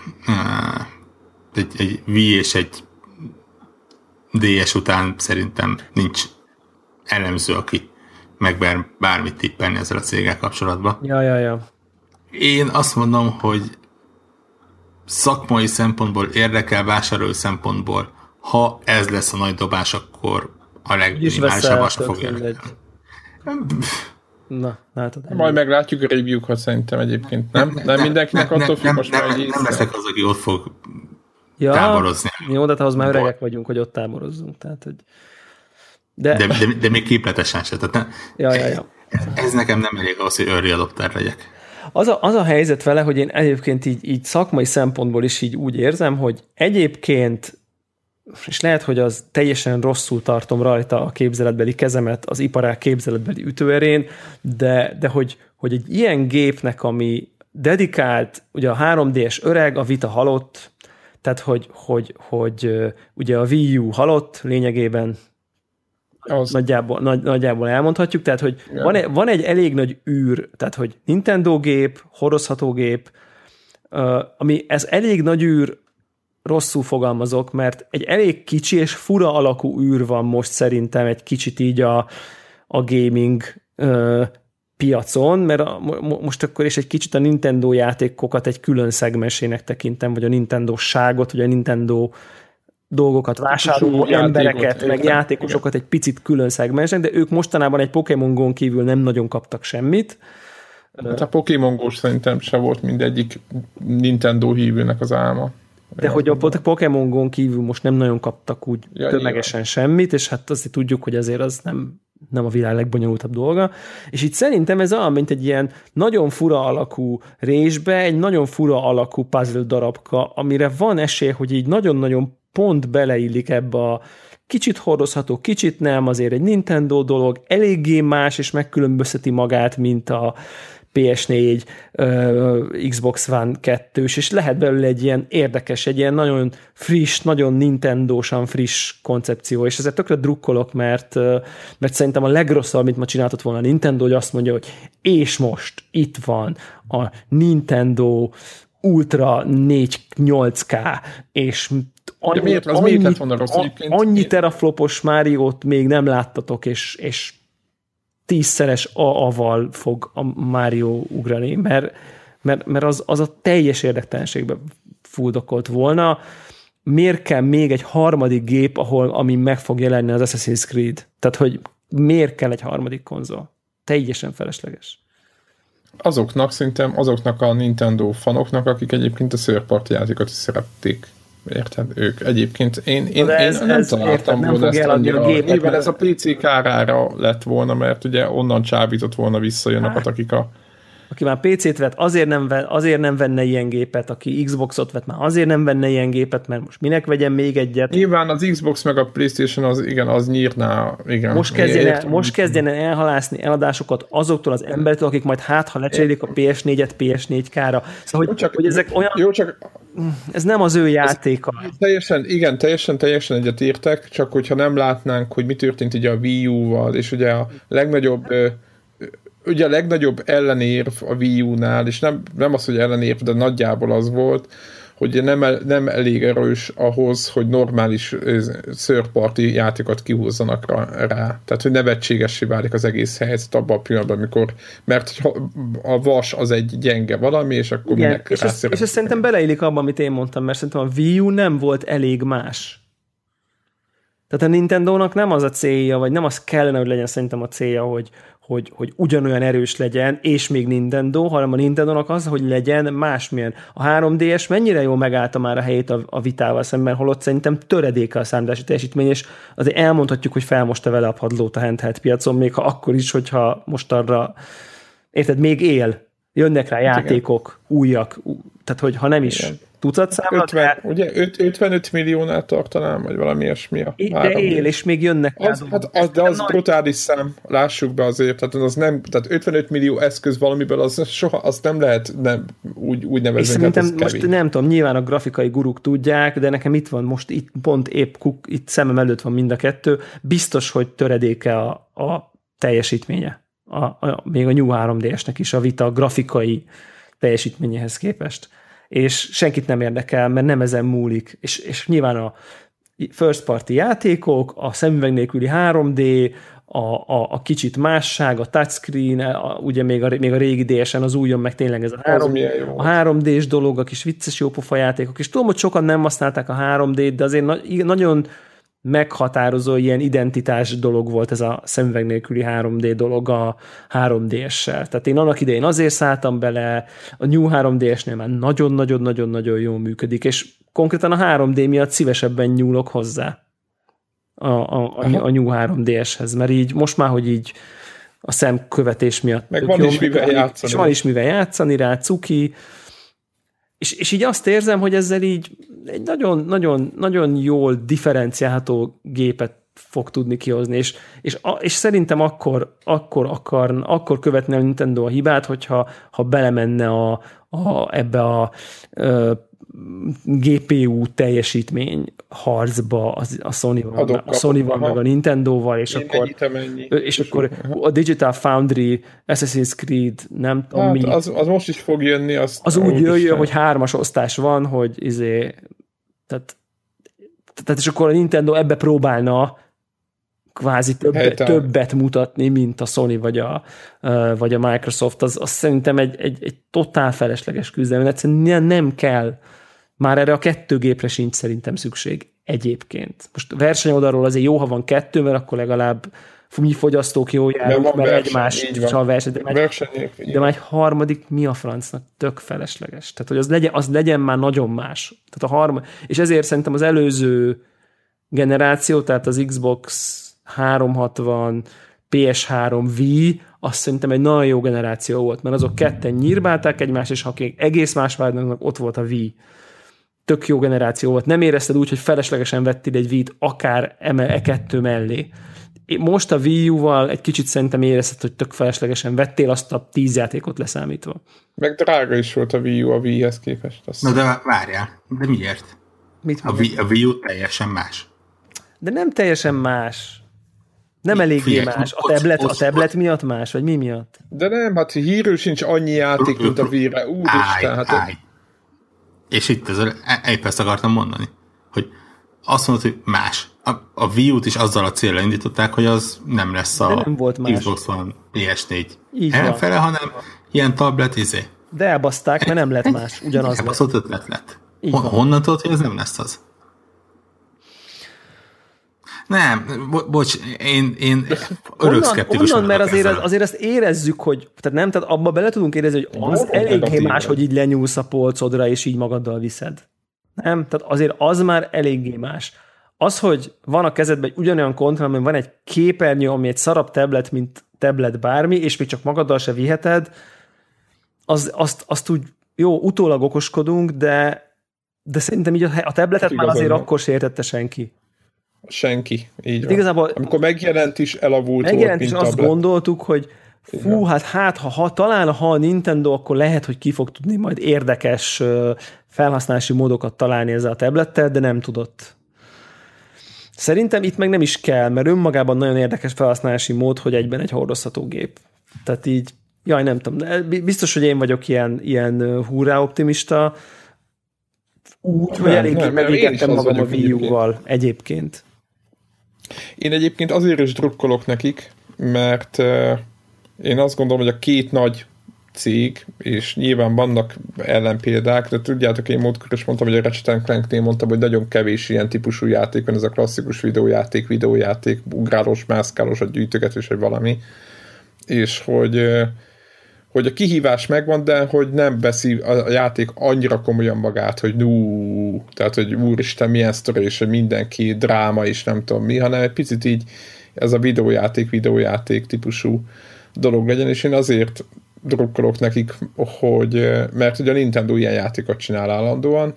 Egy Wii és egy DS után szerintem nincs elemző, aki megber bármit tippelni ezzel a céggel kapcsolatban. Ja. Én azt mondom, hogy szakmai szempontból, érdekel vásárlói szempontból, ha ez lesz a nagy dobás, akkor a legminimálisabb azt fogja. Na, látod. Majd meglátjuk a review-kat szerintem egyébként. Nem mindenkinek attól függ most már egy nem leszek az, aki ott fog táborozni. Jó, de ahhoz már öregek vagyunk, hogy ott táborozzunk. Tehát, hogy de még képletesen se. Ja. Ez nekem nem elég ahhoz, hogy early adopter legyek. Az a helyzet vele, hogy én egyébként így szakmai szempontból is így úgy érzem, hogy egyébként, és lehet, hogy az teljesen rosszul tartom rajta a képzeletbeli kezemet, az iparág képzeletbeli ütőerén, de hogy egy ilyen gépnek, ami dedikált, ugye a 3D-es öreg, a Vita halott, Tehát, hogy ugye a Wii U halott lényegében nagyjából elmondhatjuk, tehát, hogy van egy elég nagy űr, tehát, hogy Nintendo gép, hordozható gép, ami ez elég nagy űr, rosszul fogalmazok, mert egy elég kicsi és fura alakú űr van most szerintem egy kicsit így a gaming piacon, mert most akkor is egy kicsit a Nintendo játékokat egy külön szegmensének tekintem, vagy a Nintendo-ságot, vagy a Nintendo dolgokat vásároló embereket, meg játékosokat egy picit külön szegmensnek, de ők mostanában egy Pokémon Go-n kívül nem nagyon kaptak semmit. Hát a Pokémon Go szerintem se volt mindegyik Nintendo hívőnek az álma. De hogy a Pokémon Go-n kívül most nem nagyon kaptak úgy tömegesen semmit, és hát azt tudjuk, hogy azért az nem a világ legbonyolultabb dolga. És itt szerintem ez olyan, mint egy ilyen nagyon fura alakú résbe, egy nagyon fura alakú puzzle darabka, amire van esély, hogy így nagyon-nagyon pont beleillik ebbe a kicsit hordozható, kicsit nem, azért egy Nintendo dolog, eléggé más, és megkülönbözteti magát, mint a PS4, Xbox One 2-s, és lehet belőle egy ilyen érdekes, egy ilyen nagyon friss, nagyon Nintendo-san friss koncepció, és ezért tökre drukkolok, mert szerintem a legrosszabb, amit ma csináltott volna a Nintendo, hogy azt mondja, hogy és most itt van a Nintendo Ultra 4.8K, és annyi teraflopos Máriót még nem láttatok, és 10-szeres AA-val fog a Mario ugrani, mert az a teljes érdektelenségbe fuldokolt volna. Miért kell még egy harmadik gép, ami meg fog jelenni az Assassin's Creed? Tehát, hogy miért kell egy harmadik konzol? Teljesen felesleges. Azoknak a Nintendo fanoknak, akik egyébként a third party játékot is szerették. Érted? Ők egyébként én nem találtam volna ezt annyira. Nyilván ez a PC kárára lett volna, mert ugye onnan csábított volna vissza jönnek, aki már PC-t vett, azért nem venne ilyen gépet, aki Xboxot vett, már azért nem venne ilyen gépet, mert most minek vegyen még egyet. Nyilván az Xbox meg a PlayStation az nyírná, igen. Most kezdjene elhalászni eladásokat azoktól az embertől, akik majd ha lecserélik a PS4-et PS4K-ra. Szóval, hogy ezek olyan... Ez nem az ő játéka. Teljesen egyetértek, csak hogyha nem látnánk, hogy mi történt ugye a Wii U-val, és ugye a legnagyobb ellenérv a Wii U-nál, és nem az, hogy ellenérv, de nagyjából az volt, hogy nem elég erős ahhoz, hogy normális third party játékot kihúzzanak rá. Tehát, hogy nevetségessé válik az egész helyzet abban a pillanatban, amikor, mert a vas az egy gyenge valami, és akkor mindenki rá szeretne. És ez szerintem beleillik abban, amit én mondtam, mert szerintem a Wii U nem volt elég más. Tehát a Nintendónak nem az a célja, vagy nem az kellene, hogy legyen szerintem a célja, hogy ugyanolyan erős legyen, és még Nintendo, hanem a Nintendónak az, hogy legyen másmilyen. A 3DS mennyire jól megállta már a helyét a vitával szemben, holott szerintem töredéke a számítási teljesítmény, és azért elmondhatjuk, hogy felmosta vele a padlót a handheld piacon, még ha akkor is, hogyha most arra, érted, még él, jönnek rá játékok, újak, tehát hogy ha nem is tucatszámra. Ugye 55 milliónál tartanám, vagy valami ilyesmi. De él, és még jönnek rá. De az brutális szám, lássuk be azért, tehát 55 millió eszköz valamiből, azt nem lehet úgy nevezni. És szerintem most nem tudom, nyilván a grafikai guruk tudják, de nekem itt van most, itt pont épp itt szemem előtt van mind a kettő, biztos, hogy töredéke a teljesítménye. Még a New 3DS-nek is a Vita grafikai teljesítményéhez képest. És senkit nem érdekel, mert nem ezen múlik. És nyilván a first party játékok, a szemüveg nélküli 3D, a kicsit másság, a touchscreen, ugye még a régi DS-en, az újon meg tényleg ez a 3D-s dolog, a kis vicces jópofa játékok. És tudom, hogy sokan nem használták a 3D-t, de azért nagyon meghatározó ilyen identitás dolog volt ez a szemüveg nélküli 3D dolog a 3DS-sel. Tehát én annak idején azért szálltam bele, a New 3DS-nél már nagyon-nagyon-nagyon-nagyon jól működik, és konkrétan a 3D miatt szívesebben nyúlok hozzá a New 3DS-hez, mert így most már, hogy így a szemkövetés miatt meg van is mivel játszani. És van is mivel játszani rá, cuki, és így azt érzem, hogy ezzel így egy nagyon jól differenciálható gépet fog tudni kihozni, és szerintem akkor követne a Nintendo a hibát, hogyha belemenne ebbe a GPU teljesítmény harcba a Sony-val meg a Nintendo-val, és akkor a Digital Foundry, Assassin's Creed, nem ami... Hát az most is fog jönni. Az úgy jöjjön, hogy 3-as osztás van, hogy tehát és akkor a Nintendo ebbe próbálna kvázi többet mutatni, mint a Sony vagy a Microsoft. Az szerintem egy totál felesleges küzdelem. Egyszerűen nem kell. Már erre a 2 gépre sincs szerintem szükség egyébként. Most versenyoldalról azért jó, ha van 2, mert akkor legalább mi fogyasztók jól járunk, mert egymással verseny. De már egy harmadik mi a francnak? Tök felesleges. Tehát, hogy az legyen már nagyon más. Tehát és ezért szerintem az előző generáció, tehát az Xbox 360, PS3, Wii, azt szerintem egy nagyon jó generáció volt, mert azok ketten nyírbálták egymást, és ha egész más vágynak, ott volt a Wii. Tök jó generáció volt. Nem érezted úgy, hogy feleslegesen vettél egy Wii-t akár E2 mellé. Most a Wii U-val egy kicsit szerintem érezted, hogy tök feleslegesen vettél azt a 10 játékot leszámítva. Meg drága is volt a Wii U a Wii-hez képest. Na de várjál, de miért? A Wii U teljesen más. De nem teljesen más. Nem eléggé más. A tablet miatt más, vagy mi miatt? De nem, hát hírül sincs annyi játék, mint a Wii-re. Úristen, És itt épp ezt akartam mondani, hogy azt mondod, hogy más. A Wii U-t is azzal a célra indították, hogy az nem lesz a Xbox One, PS4 ellenfele, hanem ilyen tablet De elbaszták, mert nem lett más. Ugyanaz lett. Elbaszott ötlet lett. Honnan tudod, hogy ez nem lesz az? Nem, bocs, én örök szkeptikus onnan, mert azért azt érezzük, hogy tehát abba bele tudunk érezni, hogy az eléggé más, hogy így lenyúlsz a polcodra, és így magaddal viszed. Nem? Tehát azért az már eléggé más. Az, hogy van a kezedben egy ugyanolyan kontroll, amin van egy képernyő, ami egy szarabb tablet, mint tablet bármi, és még csak magaddal se viheted, azt úgy jó, utólag okoskodunk, de szerintem így a tabletet már azért akkor se értette senki. Senki, így van. Igazából amikor megjelent is elavult volt, mint azt gondoltuk, hogy talán ha a Nintendo, akkor lehet, hogy ki fog tudni majd érdekes felhasználási módokat találni ezzel a tablettel, de nem tudott. Szerintem itt meg nem is kell, mert önmagában nagyon érdekes felhasználási mód, hogy egyben egy hordozható gép. Tehát így, nem tudom, biztos, hogy én vagyok ilyen hurrá optimista, úgy, hogy eléggé megégettem magam a Wii U-val egyébként. Én egyébként azért is drukkolok nekik, mert én azt gondolom, hogy a 2 nagy cég, és nyilván vannak ellenpéldák, de tudjátok, én múltkor is mondtam, hogy a Ratchet & Clanknél mondtam, hogy nagyon kevés ilyen típusú játék van, ez a klasszikus videójáték, ugrálós, mászkálós, a gyűjtögetős, vagy valami, és hogy a kihívás megvan, de hogy nem veszi a játék annyira komolyan magát, hogy tehát, hogy úristen, milyen sztori, és hogy mindenki dráma, és nem tudom mi, hanem egy picit így ez a videójáték típusú dolog legyen, és én azért drukkolok nekik, mert ugye a Nintendo ilyen játékot csinál állandóan,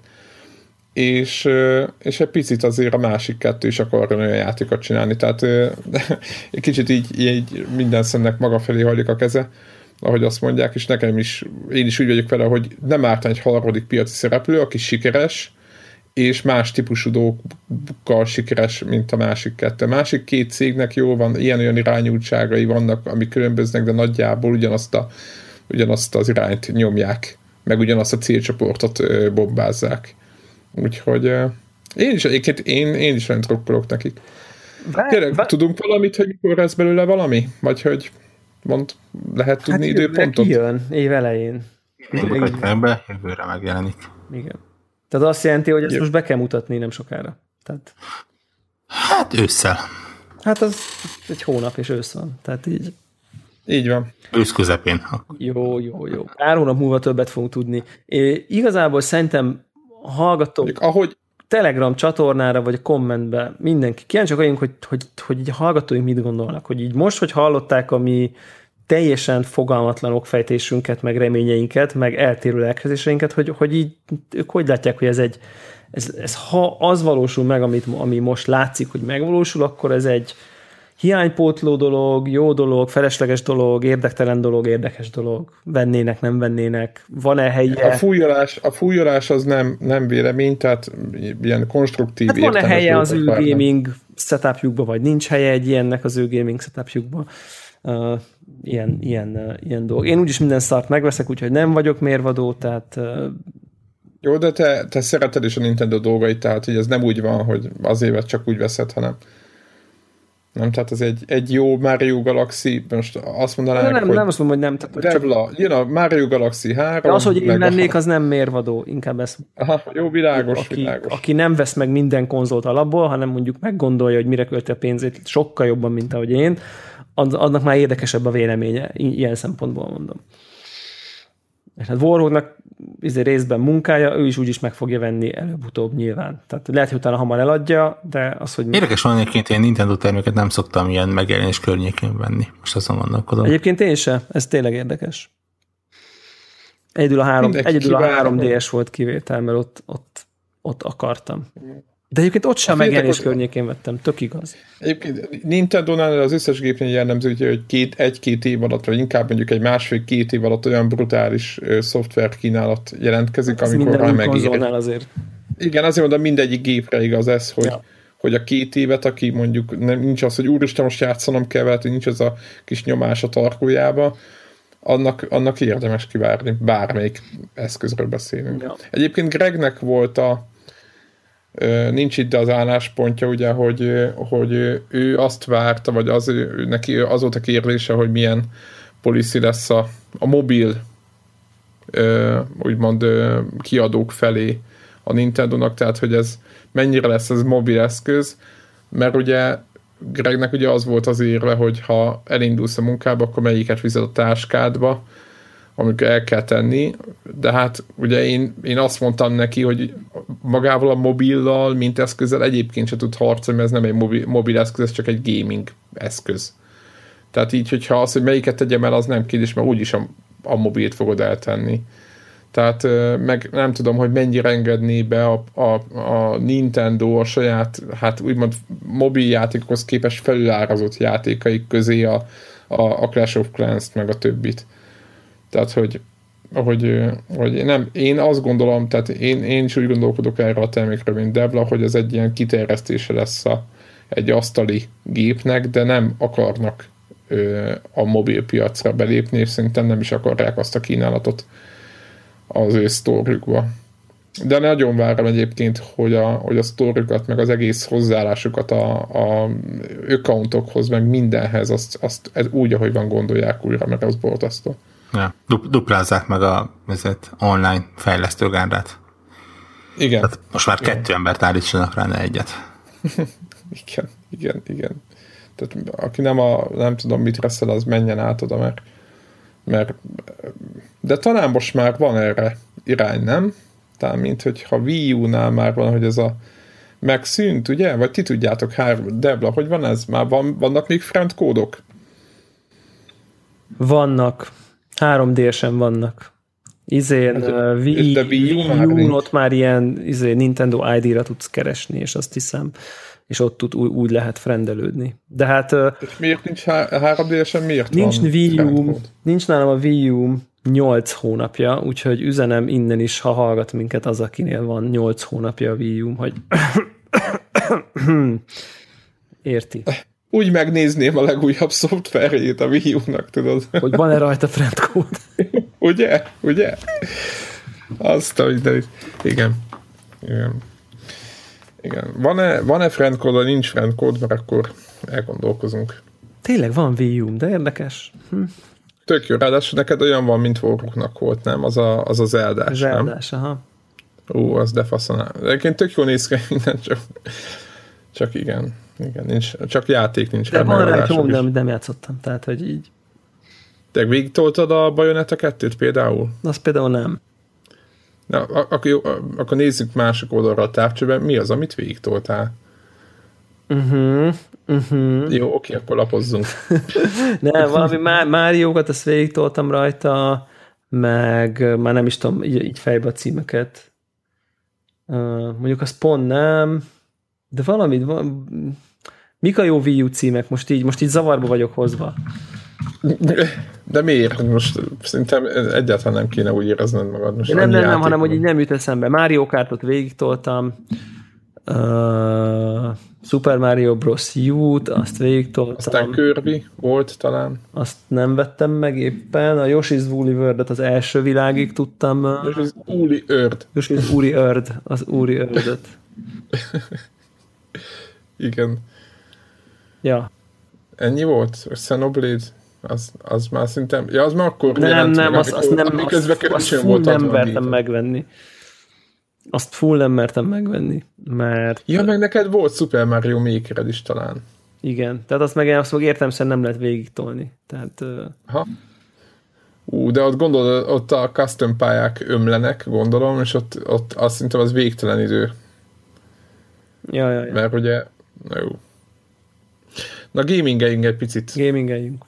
és egy picit azért a másik 2 is akar olyan játékot csinálni, tehát egy kicsit így minden szemnek maga felé hajlik a keze, ahogy azt mondják, és én is úgy vagyok vele, hogy nem árt egy harmadik piaci szereplő, aki sikeres, és más típusú dolgokkal sikeres, mint a másik 2. A másik 2 cégnek jó van, ilyen-olyan irányultságai vannak, amik különböznek, de nagyjából ugyanazt az irányt nyomják, meg ugyanazt a célcsoportot bombázzák. Úgyhogy én is olyan drukkolok nekik. Tényleg, tudunk valamit, hogy mikor lesz belőle valami? Vagy hogy lehet tudni időpontot? Kijön, év elején. Jövőre megjelenik. Igen. Tehát azt jelenti, hogy ezt most be kell mutatni nem sokára. Hát ősszel. Hát az egy hónap és ősz van. Tehát így. Így van. Ősz közepén. Jó. 3 hónap múlva többet fogunk tudni. Igazából szerintem hallgatók Telegram csatornára, vagy a kommentbe mindenki. Kíváncsiak vagyunk, hogy így a hallgatóink mit gondolnak. Hogy így most, hogy hallották a mi teljesen fogalmatlan okfejtésünket, meg reményeinket, meg eltérő elképzeléseinket, hogy így ők hogy látják, hogy ez ha az valósul meg, ami most látszik, hogy megvalósul, akkor ez egy hiánypótló dolog, jó dolog, felesleges dolog, érdektelen dolog, érdekes dolog, vennének, nem vennének, van-e helye? A fújolás az nem vélemény, tehát ilyen konstruktív hát van-e helye az ő várnak. gaming setupjukba, vagy nincs helye egy ilyennek az ő gaming setupjukba? Ilyen dolog. Én úgyis minden szart megveszek, úgyhogy nem vagyok mérvadó, tehát... Jó, de te szereted is a Nintendo dolgait, tehát hogy ez nem úgy van, hogy az évet csak úgy veszed, hanem nem, tehát ez egy jó Mario Galaxy, most azt mondanám, nem azt mondom, hogy nem. Devla, jön a Mario Galaxy 3. De az, hogy én vennék, az nem mérvadó, inkább ez. Aha, jó, világos. Aki nem vesz meg minden konzolt alapból, hanem mondjuk meggondolja, hogy mire költi a pénzét sokkal jobban, mint ahogy én, annak már érdekesebb a véleménye, ilyen szempontból mondom. És hát Warhawknak részben munkája, ő is úgyis meg fogja venni előbb-utóbb nyilván. Tehát lehet, hogy utána hamar eladja, de az, hogy... Érdekes van egyébként, én Nintendo terméket nem szoktam ilyen megjelenés környékén venni. Most azon gondolkodom. Egyébként én sem, ez tényleg érdekes. Egyedül a 3DS volt kivétel, mert ott akartam. De egyébként ott sem megjelenés környékén vettem, tök igaz. Egyébként Nintendo-nál az összes gépnél jellemző, hogy egy-két év alatt, vagy inkább mondjuk egy másfél-két év alatt olyan brutális szoftver kínálat jelentkezik, ez amikor már megéri. Azért. Igen, azért mondom, mindegyik gépre igaz ez, hogy a 2 évet, aki mondjuk nincs az, hogy úristen, most játszanom kell vele, nincs az a kis nyomás a tarkójába, annak érdemes kivárni, bármelyik eszközről beszélünk. Ja. Egyébként Gregnek volt nincs itt az álláspontja, ugye, hogy ő azt várta, vagy neki az volt a kérdése, hogy milyen policy lesz a mobil úgymond kiadók felé a Nintendo-nak, tehát hogy ez mennyire lesz ez mobil eszköz, mert ugye Gregnek ugye az volt az érve, hogy ha elindulsz a munkába, akkor melyiket viszed a táskádba, amikor el kell tenni, de hát ugye én azt mondtam neki, hogy magával a mobillal, mint eszközzel egyébként se tud harcolni, mert ez nem egy mobil eszköz, ez csak egy gaming eszköz. Tehát így, hogyha az, hogy melyiket tegyem el, az nem kérdés, mert úgyis a mobilt fogod eltenni. Tehát meg nem tudom, hogy mennyire engedné be a Nintendo a saját, hát úgymond mobil játékokhoz képest felülárazott játékaik közé a Clash of Clans-t, meg a többit. Tehát, hogy nem, én azt gondolom, tehát én is úgy gondolkodok erre a termékről, mint Devla, hogy ez egy ilyen kiterjesztése lesz egy asztali gépnek, de nem akarnak a mobil piacra belépni, és szerintem nem is akarják azt a kínálatot az ő sztorjukba. De nagyon várom egyébként, hogy a sztorjukat, meg az egész hozzáállásukat a accountokhoz, meg mindenhez, azt úgy, ahogy van, gondolják újra, mert az borzasztó. Ja, duplázzák meg a online fejlesztőgárdát. Igen. Tehát most már 2 embert állítsanak rá, ne egyet. Igen. Tehát aki nem tudom mit reszel, az menjen át oda, mert de talán most már van erre irány, nem? Talán mint hogyha Wii U-nál már van, hogy ez a megszűnt, ugye? Vagy ti tudjátok, Debla, hogy van ez? Már vannak még friend kódok? Vannak. 3D-sen vannak. Wii U-n ott már ilyen Nintendo ID-ra tudsz keresni, és azt hiszem, és ott úgy lehet friendelődni. De hát... És miért nincs 3D-sen? Miért nincs van Wii U, nincs nálam a Wii U 8 hónapja, úgyhogy üzenem innen is, ha hallgat minket az, akinél van 8 hónapja a Wii U, hogy érti. Úgy megnézném a legújabb szoftverjét a Wii U-nak, tudod? Hogy van-e rajta friendcode? Ugye? Azt a mindenit. Igen. Van-e friendcode, vagy nincs friendcode, mert akkor elgondolkozunk. Tényleg van Wii U, de érdekes. Tök jó, ráadásul neked olyan van, mint Warhawknak volt, nem? Az az eldás, nem? Eldás, aha. Az de faszonál. Egyébként tök jó néz ki minden, csak igen, nincs, csak játék nincs. De van rá egy nem játszottam, tehát, hogy így. De végigtoltad a Bayonetta 2-t például? Azt például nem. Na, akkor nézzük másik oldalra a távcsőben. Mi az, amit végigtoltál? Jó, oké, akkor lapozzunk. Nem, valami Máriókat, azt végigtoltam rajta, meg már nem is tudom így fejbe a címeket. Mondjuk az pont nem, de valamit Mik a jó Wii U címek? Most így zavarba vagyok hozva. De miért? Most szerintem egyáltalán nem kéne úgy érezned magad. Most nem, hanem hogy így nem jut eszembe. Mario Kartot végigtoltam, Super Mario Bros. U-t, azt végigtoltam. Aztán Kirby volt talán. Azt nem vettem meg éppen. A Yoshi's Woolly World-et az első világig tudtam. Yoshi's Woolly World. Yoshi's Woolly World, az Woolly World-et. Igen. Ja. Ennyi volt? Xenoblade? Az már szerintem... Ja, az már akkor nem, azt full nem vertem megvenni. Azt full nem mertem megvenni, mert... Ja, meg neked volt Super Mario Maker-ed is talán. Igen, tehát azt meg értelemszerűen nem lehet végigtolni. Tehát... Ha. De ott gondolod, ott a custom pályák ömlenek, gondolom, és ott azt szerintem az végtelen idő. Ja. Mert ugye... Na jó. Na, gamingeljünk egy picit. Gamingeljünk.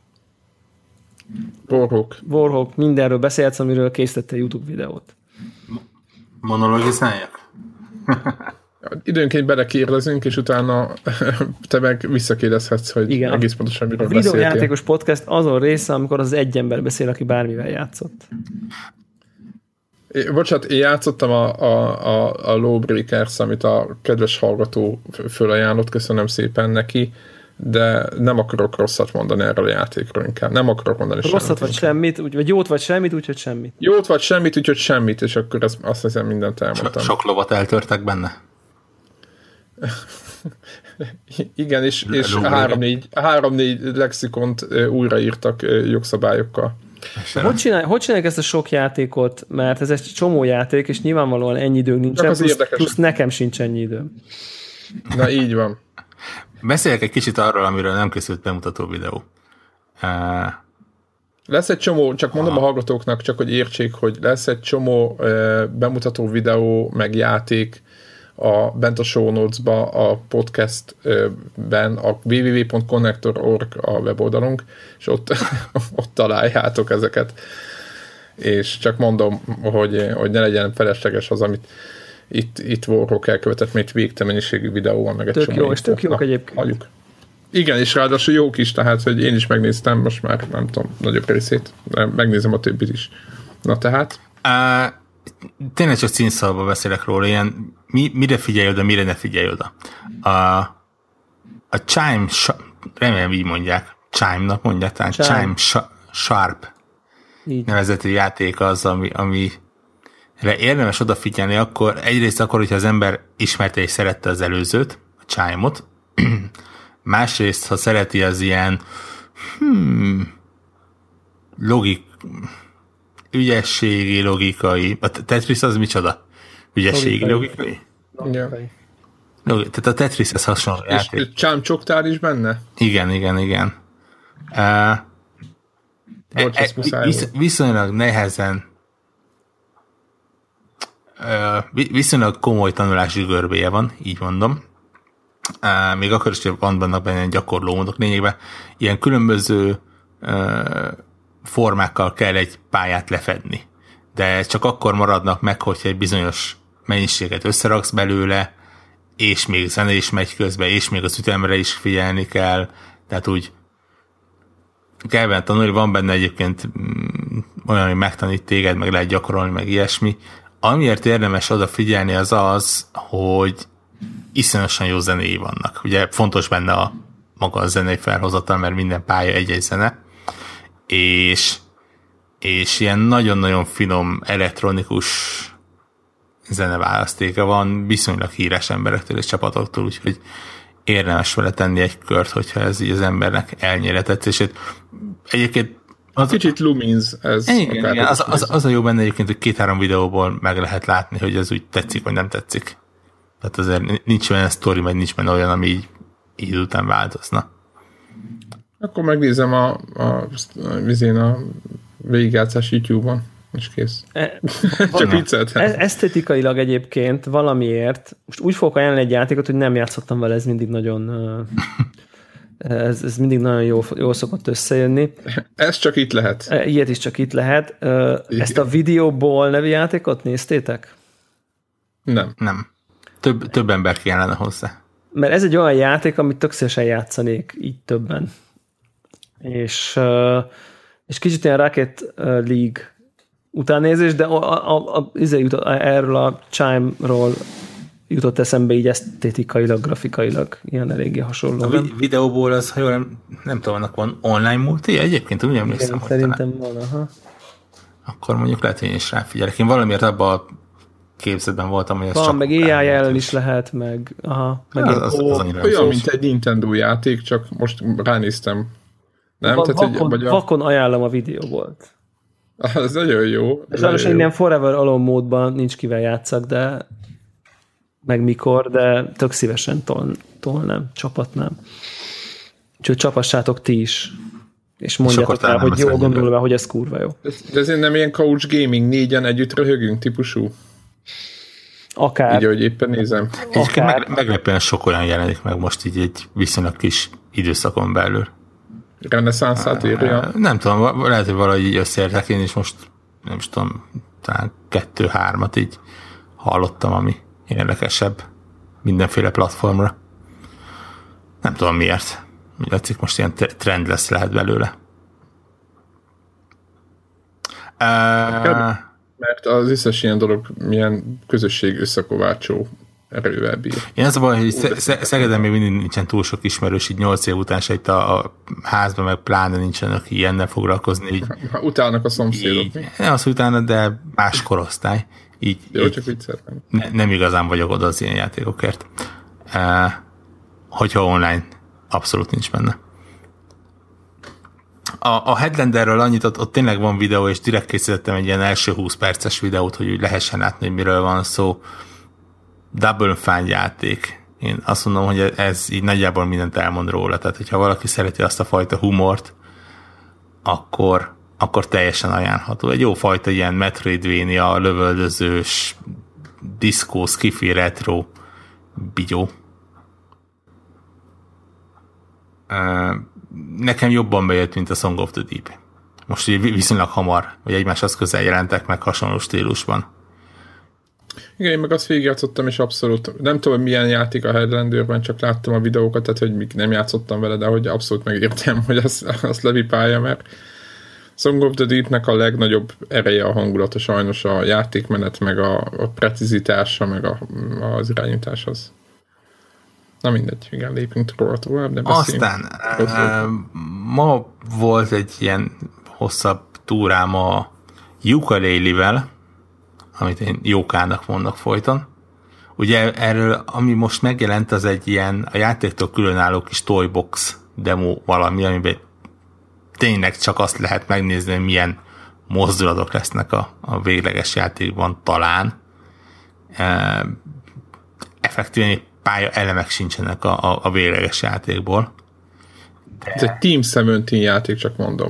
Warhawk, mindenről beszélsz, amiről készítette YouTube videót. Monologizáljak? Időnként belekérdezünk, és utána te meg visszakérdezhetsz, hogy igen, egész pontosan miről beszéltél. A videójátékos podcast azon része, amikor az egy ember beszél, aki bármivel játszott. Bocsánat, én játszottam a Lawbreakers, amit a kedves hallgató fölajánlott, köszönöm szépen neki, de nem akarok rosszat mondani erről a játékról inkább. Nem akarok mondani rosszat vagy semmit, vagy jót vagy semmit, úgyhogy semmit. Jót vagy semmit, úgyhogy semmit, és akkor azt hiszem mindent elmondtam. Sok lovat eltörtek benne? Igen, és 3-4 lexikont újraírtak jogszabályokkal. Hogy csinálják ezt a sok játékot? Mert ez egy csomó játék, és nyilvánvalóan ennyi időnk nincsen, plusz nekem sincs ennyi időm. Na így van. Beszéljek egy kicsit arról, amiről nem készült bemutató videó. Lesz egy csomó, csak mondom a hallgatóknak, csak hogy értsék, hogy lesz egy csomó bemutató videó, meg játék bent a show notes-ba, a podcastben, a www.connector.org a weboldalunk, és ott találjátok ezeket. És csak mondom, hogy ne legyen felesleges az, amit itt Warhawk elkövetett, mert végtelen mennyiségű videó van, meg egy tök jó, és tök jók egyébként. Hagyjuk. Igen, és ráadásul jók is, tehát, hogy én is megnéztem, most már nem tudom, nagyobb részét, de megnézem a többit is. Na tehát? Tényleg csak címszalba beszélek róla, ilyen mire figyelj oda, mire ne figyelj oda. A Chime, remélem így mondják, Chime-nak mondják, talán Chime Sharp nevezetű játék az, amire érdemes odafigyelni, akkor egyrészt akkor, hogyha az ember ismerte és szerette az előzőt, a Chime-ot, másrészt, ha szereti az ilyen ügyességi, logikai, a Tetris az micsoda? Ügyességi, logikai? Ja. Tehát a Tetrishez hasonló játék. És csámcsoktál is benne? Igen. Viszonylag nehezen viszonylag komoly tanulási görbéje van, így mondom. Még akkor is, hogy vannak benne gyakorló módok. Lényegben ilyen különböző formákkal kell egy pályát lefedni. De csak akkor maradnak meg, hogyha egy bizonyos mennyiséget összeraksz belőle, és még zene is megy közben, és még az ütemre is figyelni kell. Tehát úgy kell benne tanulni, van benne egyébként olyan, hogy megtanít téged, meg lehet gyakorolni, meg ilyesmi. Amiért érdemes odafigyelni az, hogy iszonyosan jó zenéi vannak. Ugye fontos benne maga a zenei felhozatal, mert minden pálya egy-egy zene, és ilyen nagyon-nagyon finom elektronikus zeneválasztéka van viszonylag híres emberektől és csapatoktól, úgyhogy érdemes vele tenni egy kört, hogyha ez így az embernek elnyire tetszését. Egyébként kicsit Lumins ez. Igen, az a jó benne egyébként, hogy 2-3 videóból meg lehet látni, hogy ez úgy tetszik, vagy nem tetszik. Tehát azért nincs olyan sztori, vagy nincs benne olyan, ami így idő után változna. Akkor megnézem a végigjátszás YouTube-on, és kész. Csak vicceltem. Esztetikailag egyébként valamiért, most úgy fogok ajánlani egy játékot, hogy nem játszottam vele, ez mindig nagyon ez mindig nagyon jól szokott összejönni. Ez csak itt lehet. Ilyet is csak itt lehet. Ezt a Videoball nevű játékot néztétek? Nem. Több ember kellene hozzá. mert ez egy olyan játék, amit tök szívesen játszanék így többen. És kicsit ilyen Rocket League utánnézés, de erről a Chime-ról jutott eszembe így esztétikailag, grafikailag, ilyen eléggé hasonló. A videóból az, ha jól nem tudom, annak van online multi? Egyébként úgy emlékszem, hogy szerintem van, aha. Akkor mondjuk lehet, hogy én is ráfigyelek. Én valamiért abban a képzetben voltam, hogy ez van, csak meg AI ellen is lehet, meg az olyan, mint egy Nintendo játék, csak most ránéztem. Nem? Vakon ajánlom a videó volt. Ez nagyon jó. Sajnos én Forever Alone módban nincs kivel játszak, de meg mikor, de tök szívesen tolnám, csapatnám. Úgyhogy csapassátok ti is. És mondjátok rá, hogy jól gondolva, hogy ez kurva jó. De ezért nem ilyen couch gaming, négyen együtt röhögünk típusú? Akár. Így, ahogy éppen nézem. Meglepően sok olyan jelenik meg most így egy viszonylag kis időszakon belül. Reneszánszát írja? Nem tudom, lehet, hogy valahogy így összeértek. Én is most, nem is tudom, talán 2-3-at így hallottam, ami érdekesebb mindenféle platformra. Nem tudom miért. Úgy látszik, most ilyen trend lesz lehet belőle. Mert az összes ilyen dolog milyen közösség összekovácsó erővel bír. Én az a baj, hogy Szegeden még mindig nincsen túl sok ismerős, így 8 év után se itt a házban, meg pláne nincsen, aki ilyennel foglalkozni. Így, utálnak a szomszédok. Nem az, hogy utána, de más korosztály. Így, jó, csak vicceltem. Nem igazán vagyok oda az ilyen játékokért. Hogyha online abszolút nincs benne. A Headlanderről annyit, ott tényleg van videó, és direkt készítettem egy ilyen első 20 perces videót, hogy úgy lehessen látni, hogy miről van szó. Double Fine játék. Én azt mondom, hogy ez így nagyjából mindent elmond róla. Tehát, hogyha valaki szereti azt a fajta humort, akkor teljesen ajánlható. Egy jó fajta ilyen Metroidvania, lövöldözős, diszkó, skifi, retro bigyó. Nekem jobban bejött, mint a Song of the Deep. Most így viszonylag hamar, vagy egymáshoz közel jelentek meg hasonló stílusban. Igen, én meg azt végigjátszottam, és abszolút nem tudom, milyen játék a Headlanderben, csak láttam a videókat, tehát hogy még nem játszottam vele, de hogy abszolút megértem, hogy azt levipálja, mert Song of the Deepnek a legnagyobb ereje a hangulata, sajnos a játékmenet, meg a precizitása, meg az irányításhoz. Na mindegy, igen, lépünk tovább, de beszéljünk. Aztán ma volt egy ilyen hosszabb túrám a Yooka-Laylee-vel, amit én Jókának mondok folyton. Ugye erről, ami most megjelent, az egy ilyen a játéktól különálló kis toybox demo valami, amiben tényleg csak azt lehet megnézni, hogy milyen mozdulatok lesznek a végleges játékban talán. Effektíven pálya elemek sincsenek a végleges játékból. De... Ez egy Team 17 játék, csak mondom.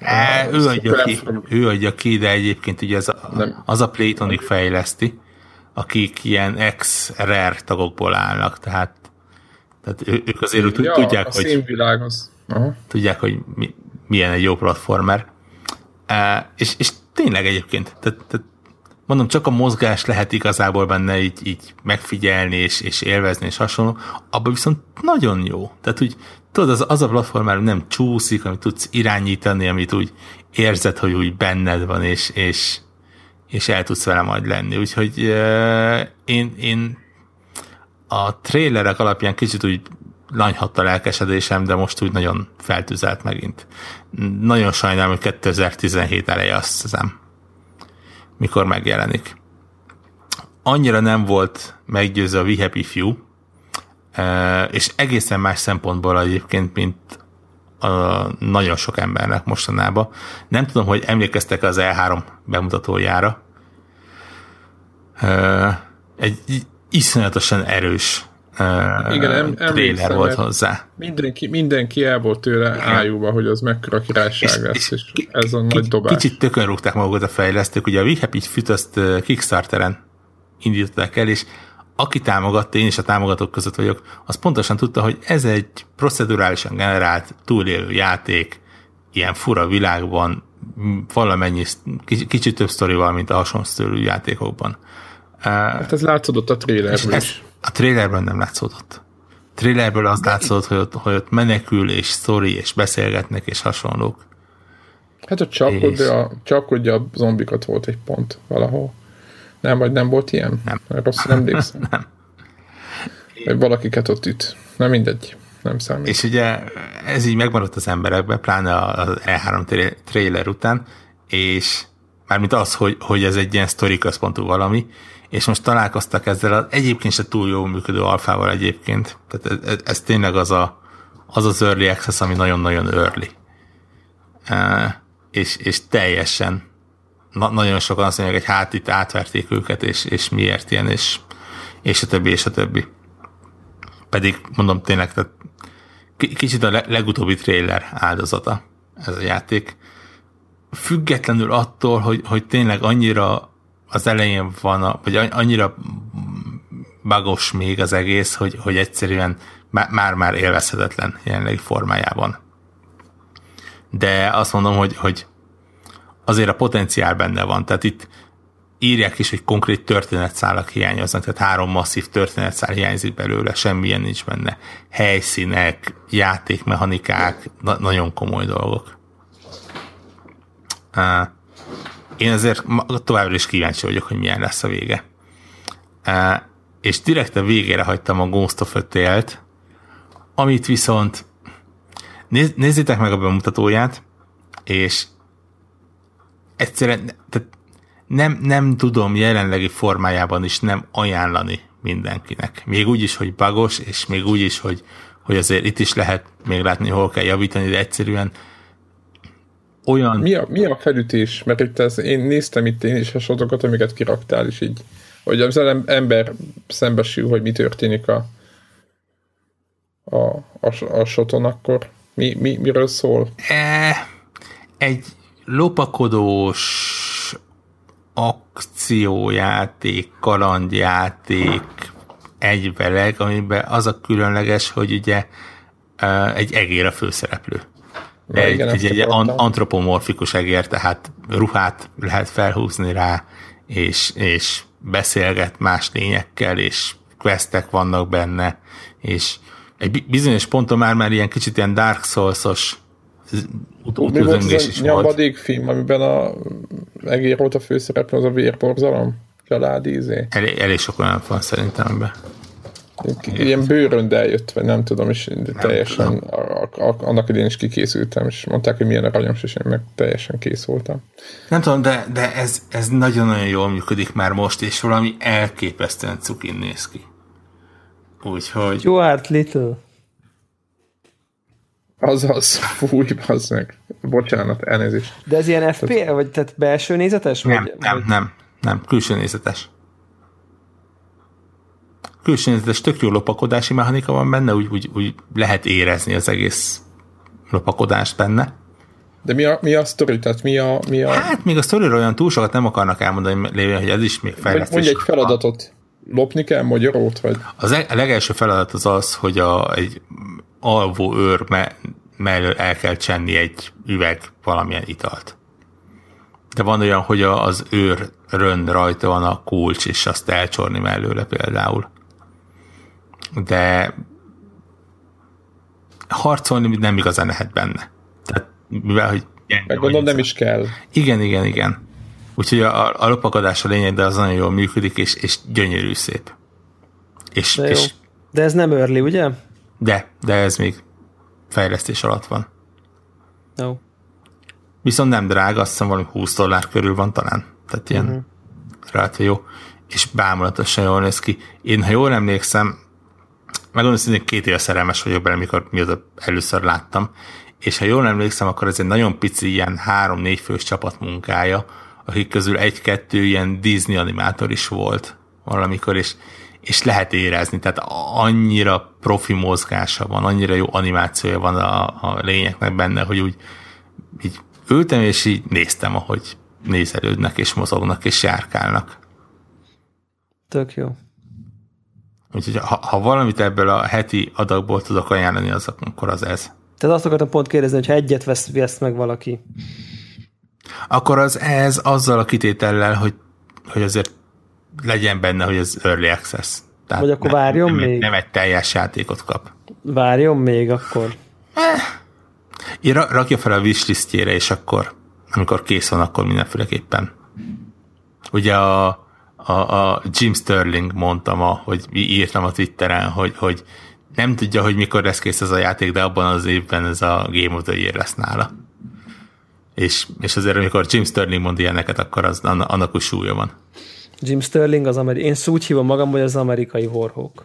Ő adja ki, de egyébként ugye az a Playtonic fejleszti, akik ilyen ex-rare tagokból állnak, tehát ők azért tudják, a hogy színvilág az. Tudják, hogy milyen egy jó platformer. És tényleg egyébként, tehát mondom, csak a mozgás lehet igazából benne így megfigyelni és élvezni és hasonló, abban viszont nagyon jó. Tehát úgy, tudod, az a platformer nem csúszik, amit tudsz irányítani, amit úgy érzed, hogy úgy benned van, és el tudsz vele majd lenni. Úgyhogy én a trailerek alapján kicsit úgy lanyhadt a lelkesedésem, de most úgy nagyon feltüzelt megint. Nagyon sajnálom, hogy 2017 eleje azt hiszem, mikor megjelenik. Annyira nem volt meggyőző a We Happy Few, és egészen más szempontból egyébként, mint nagyon sok embernek mostanában. Nem tudom, hogy emlékeztek az E3 bemutatójára. Egy iszonyatosan erős trailer volt hozzá. Mindenki el volt tőle ájúva, hogy az mekkora királyság lesz, és ez a nagy dobás. Kicsit tökön rúgták magukat a fejlesztők, ugye a We Happy Few-t azt Kickstarteren indították el, és aki támogatta, én is a támogatók között vagyok, az pontosan tudta, hogy ez egy procedurálisan generált, túlélő játék, ilyen fura világban, valamennyi, kicsit több sztorival, mint a hasonló sztoriú játékokban. Hát ez látszódott a trailerben is. A trailerben nem látszódott. trailerből az látszott, hogy ott menekül, és sztori, és beszélgetnek, és hasonlók. Hát ott csapkodja a zombikat volt egy pont valahol. Nem, vagy nem volt ilyen? Nem. Rosszul emlékszem. Nem. Vagy valakiket ott üt. Nem mindegy. Nem számít. És ugye ez így megmaradt az emberekben, pláne az E3 trailer után, és mármint az, hogy ez egy ilyen sztori központú valami, és most találkoztak ezzel az egyébként se túl jól működő alfával egyébként. Tehát ez tényleg az az early access, ami nagyon-nagyon early. És teljesen nagyon sokan azt mondják, hogy hát itt átverték őket, és miért ilyen, és a többi, és a többi. Pedig mondom tényleg, tehát kicsit a legutóbbi trailer áldozata ez a játék. Függetlenül attól, hogy tényleg annyira az elején van, vagy annyira bugos még az egész, hogy egyszerűen már élvezhetetlen jelenlegi formájában. De azt mondom, hogy azért a potenciál benne van. Tehát itt írják is, hogy konkrét történetszálak hiányoznak, tehát 3 masszív történetszál hiányzik belőle, semmilyen nincs benne. Helyszínek, játékmechanikák, nagyon komoly dolgok. Én azért továbbra is kíváncsi vagyok, hogy milyen lesz a vége. És direkt a végére hagytam a Ghost of a Tale-t, amit viszont nézzétek meg a bemutatóját, és egyszerűen nem tudom jelenlegi formájában is nem ajánlani mindenkinek. Még úgy is, hogy bugos, és még úgy is, hogy azért itt is lehet még látni, hol kell javítani, de egyszerűen olyan... Mi a felütés? Mert itt én néztem itt én is a sotokat, amiket kiraktál, és így, hogy az ember szembesül, hogy mi történik a soton, akkor miről szól? Egy lopakodós akciójáték, kalandjáték egybeleg, amiben az a különleges, hogy ugye egy egér a főszereplő. Egy antropomorfikus egér, tehát ruhát lehet felhúzni rá, és beszélget más lényekkel, és questek vannak benne, és egy bizonyos ponton már ilyen kicsit ilyen Dark Souls-os utazöngés is volt. Nyomvadék film, amiben a egér volt a főszereplő, az a vérborzalom? Családi izé? Elég sok olyan van szerintem ebben. Ilyen bőrönd eljött, vagy nem tudom, és teljesen annak idén is kikészültem, és mondták, hogy milyen aranyos, és én meg teljesen kész voltam. Nem tudom, de ez nagyon-nagyon jól működik már most, és valami elképesztően cukin néz ki. Úgyhogy... You art little. Azaz, fúj, bazd meg. Bocsánat, elnézést. De ez ilyen FP, vagy tehát belső nézetes? Nem, külső nézetes. Külső nézetes, tök jó lopakodási mechanika van benne, úgy lehet érezni az egész lopakodást benne. De mi a sztori? Tehát mi a... Hát még a sztoriról olyan túl sokat nem akarnak elmondani, lévén, hogy ez is még fejlesztés. Mondj egy feladatot. Lopni kell magyarót, vagy? A legelső feladat az, hogy egy alvó őr mellől el kell csenni egy üveg valamilyen italt. De van olyan, hogy az őrön rajta van a kulcs, és azt elcsorni mellőle például. De harcolni nem igazán lehet benne. Tehát mivel, hogy... Gondolom nem is kell. Igen. Úgyhogy a lopakadás a lényeg, de az nagyon jól működik, és gyönyörű szép. De ez nem early, ugye? De ez még fejlesztés alatt van. Jó. Viszont nem drága, azt hiszem valami $20 körül van talán. Tehát ilyen relatív jó. És bámulatosan jól néz ki. Én, ha jól emlékszem, megmondom, hogy 2 éve szerelmes vagyok bele, mióta először láttam, és ha jól emlékszem, akkor ez egy nagyon pici, ilyen 3-4 fős csapat munkája, akik közül 1-2 ilyen Disney animátor is volt valamikor, és lehet érezni, tehát annyira profi mozgása van, annyira jó animációja van a lényeknek benne, hogy úgy így ültem, és így néztem, ahogy nézelődnek, és mozognak, és járkálnak. Tök jó. Úgyhogy ha valamit ebből a heti adagból tudok ajánlani, akkor az ez. Tehát azt akartam pont kérdezni, hogy ha egyet vesz meg valaki. Akkor ez azzal a kitétellel, hogy azért legyen benne, hogy ez early access. Tehát vagy akkor várjon még? Nem egy teljes játékot kap. Várjon még akkor. Rakja fel a wishlistjére, és akkor, amikor kész van, akkor mindenféleképpen. Ugye a Jim Sterling mondta ma, hogy írtam a Twitteren, hogy nem tudja, hogy mikor lesz kész ez a játék, de abban az évben ez a Game of the Year lesz nála. És azért, amikor Jim Sterling mond ilyeneket, akkor annak úgy súlya van. Jim Sterling az amerikai. Én úgy hívom magam, hogy az amerikai Warhawk.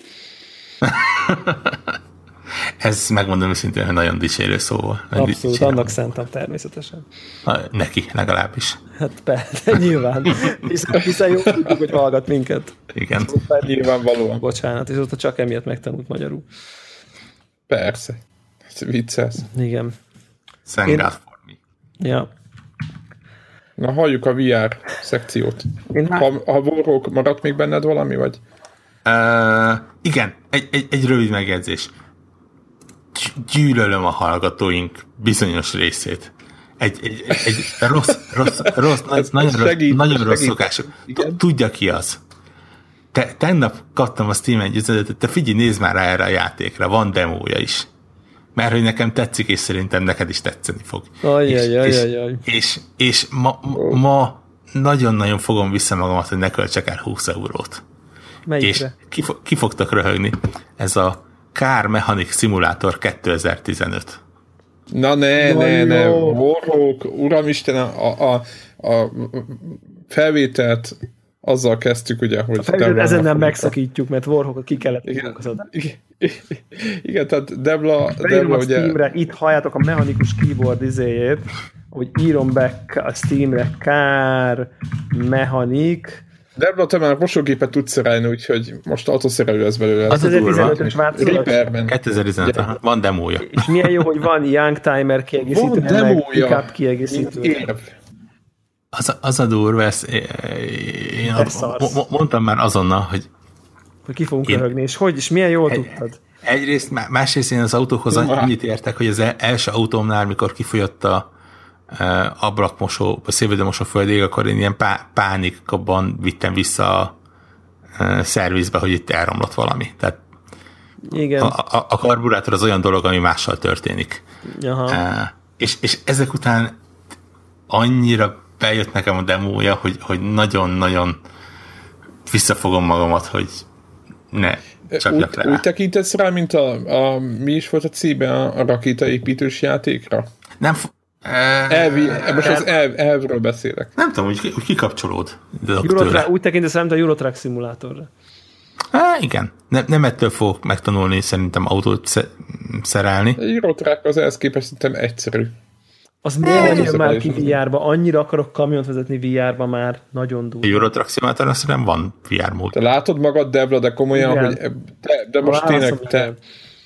Ez megmondom őszintén, hogy nagyon dicsérő szó volt. Abszolút, annak szentem természetesen. Neki legalábbis. Hát persze, nyilván. Hiszen jó tudjuk, hogy hallgat minket. Igen. Nyilvánvalóan. Bocsánat, és ott csak emiatt megtanult magyarul. Persze. Ez vicces. Igen. Thank God for me. Ja. Na, halljuk a VR szekciót. Ha Warhawk, maradt még benned valami, vagy? Igen, egy rövid megjegyzés. Gyűlölöm a hallgatóink bizonyos részét. Egy nagyon rossz szokásuk. Tudja ki az. Tegnap kaptam a Steam-en egy üzenetet, te figyelj, nézd már rá erre a játékra, van demója is. Mert hogy nekem tetszik, és szerintem neked is tetszeni fog. És ma nagyon-nagyon fogom vissza magamat, hogy ne költsek el 20 eurót. Melyikre? És ki fogtok röhögni. Ez a Car Mechanic Simulator 2015. Na ne. Warhawk, uramisten, a felvételt azzal kezdtük, ugye, hogy... A felvételt ezen nem megszakítjuk, mert Warhawkot ki kellett tudnunk az adást. Igen, tehát Debla ugye... Steamre, itt halljátok a mechanikus keyboard izéjét, hogy írom be a Steamre Car Mechanic. Debla, te már mosógépet tudsz szerelni, úgyhogy most autószerelő lesz belőle. Az 2015-ös változat. 2015, van demója. És milyen jó, hogy van Young Timer kiegészítő, van demója. meg kiegészítő. Az a durva, én mondtam már azonnal, hogy ki fogunk röhögni, és milyen jól tudtad? Egyrészt, másrészt én az autókhoz annyit értek, hogy az első autómnál, mikor kifolyott a ablakmosó, a szélvédőmosó földég, akkor én ilyen pánikban vittem vissza a szervizbe, hogy itt elromlott valami. Tehát igen. A karburátor az olyan dolog, ami mással történik. És ezek után annyira bejött nekem a demója, hogy nagyon-nagyon visszafogom magamat, hogy ne csapjak le. Úgy tekintesz rá, mint mi is volt a címe a rakétaépítős játékra? Nem. Most az elvről beszélek. Nem tudom, hogy kikapcsolód. Úgy tekintesz rá, mint a Eurotrack szimulátorra. Igen. Nem ettől fogok megtanulni szerintem autót szerelni. A Eurotrack az ehhez képest szerintem egyszerű. Az miért nem jön már ki VR-ba? Annyira akarok kamiont vezetni VR-ba már, nagyon durva. A Eurotrack Simulatornak szerintem van VR mód. Te látod magad, Debla, de komolyan, igen. Hogy de most tényleg te...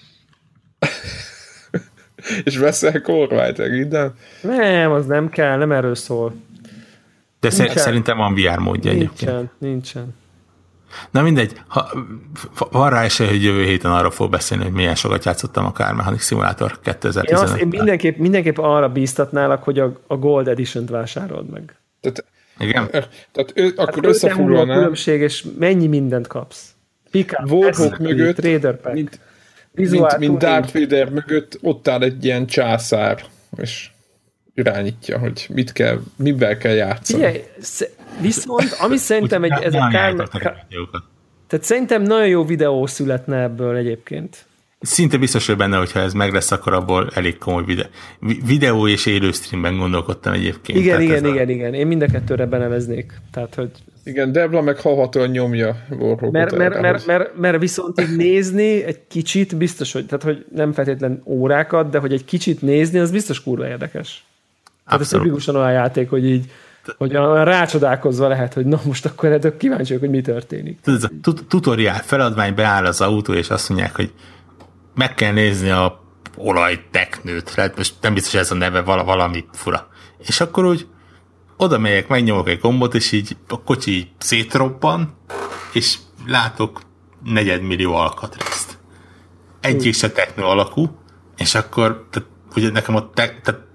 És veszel kormányt, minden? Nem, az nem kell, nem erről szól. De szerintem van VR módja egyébként. Nincsen. Na mindegy, van rá esély, hogy jövő héten arról fog beszélni, hogy milyen sokat játszottam a Car Mechanic Simulator 2015-ben. Én mindenképp arra bíztatnálak, hogy a Gold Edition-t vásárold meg. Igen? Tehát akkor összefoglalnál. A különbség, és mennyi mindent kapsz. Warhawk mögött, Trader Pack, mint Darth Vader mögött ott áll egy ilyen császár, és irányítja, hogy mivel kell játszani. Figyelj, viszont, ami szerintem ez a tehát szerintem nagyon jó videó születne ebből egyébként. Szinte biztos, hogy benne, hogyha ez meg lesz, akkor abból elég komoly videó és élő streamben gondolkodtam egyébként. Igen. Én mind a kettőre beneveznék. Tehát, hogy... Igen, Debla meg hallhatóan nyomja Warhawkot. Mert viszont így nézni egy kicsit biztos, hogy, tehát, hogy nem feltétlen órákat, de hogy egy kicsit nézni, az biztos kurva érdekes. Tehát ez tipikusan olyan játék, hogy így hogy rácsodálkozva lehet, hogy na most akkor erre kíváncsi vagyok, hogy mi történik. Ez a tutoriál feladvány, beáll az autó, és azt mondják, hogy meg kell nézni a olajteknőt. Lehet, most nem biztos ez a neve, valami fura. És akkor úgy oda megyek, megnyomok egy gombot, és így a kocsi így szétroppan, és látok 4 millió alkatrészt. Egyik se technő alakú, és akkor ugye nekem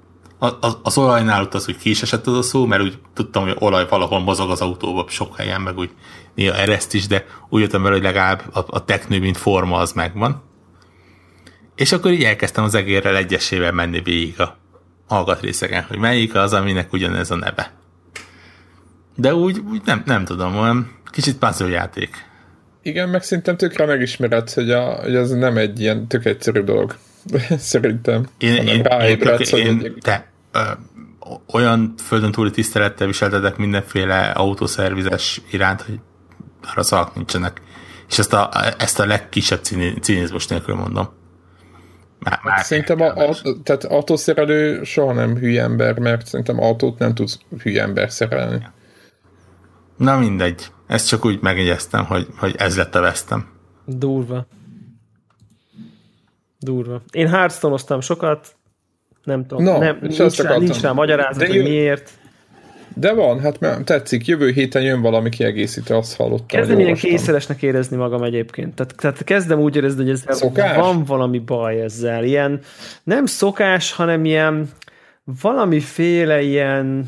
az olajnál ott az úgy ki is esett az a szó, mert úgy tudtam, hogy olaj valahol mozog az autóban sok helyen, meg úgy néha ereszt is, de úgy jöttem vele, hogy legalább a teknő, mint forma, az megvan. És akkor így elkezdtem az egérrel egyesével menni végig a hallgatrészeken, hogy melyik az, aminek ugyanez a neve. De úgy nem tudom, olyan kicsit puzzle játék. Igen, meg szerintem tökre megismered, hogy ez nem egy ilyen tök egyszerű dolog. Szerintem. Olyan földön túli tisztelettel viseltetek mindenféle autószervizes iránt, hogy arra szavak nincsenek. És ezt a legkisebb cinizmus nélkül mondom. Szerintem tehát autószerelő soha nem hülye ember, mert szerintem autót nem tudsz hülye ember szerelni. Na mindegy. Ezt csak úgy megjegyeztem, hogy ez lett a vesztem. Durva. Én Hearthstone-oztam sokat, nem tudom, nincs rá magyarázat, hogy miért. De van, hát mert tetszik, jövő héten jön valami kiegészítő, azt hallottam. Kezdem ilyen kényszeresnek érezni magam egyébként. Tehát kezdem úgy érezni, hogy ezzel van valami baj ezzel. Ilyen nem szokás, hanem ilyen valamiféle ilyen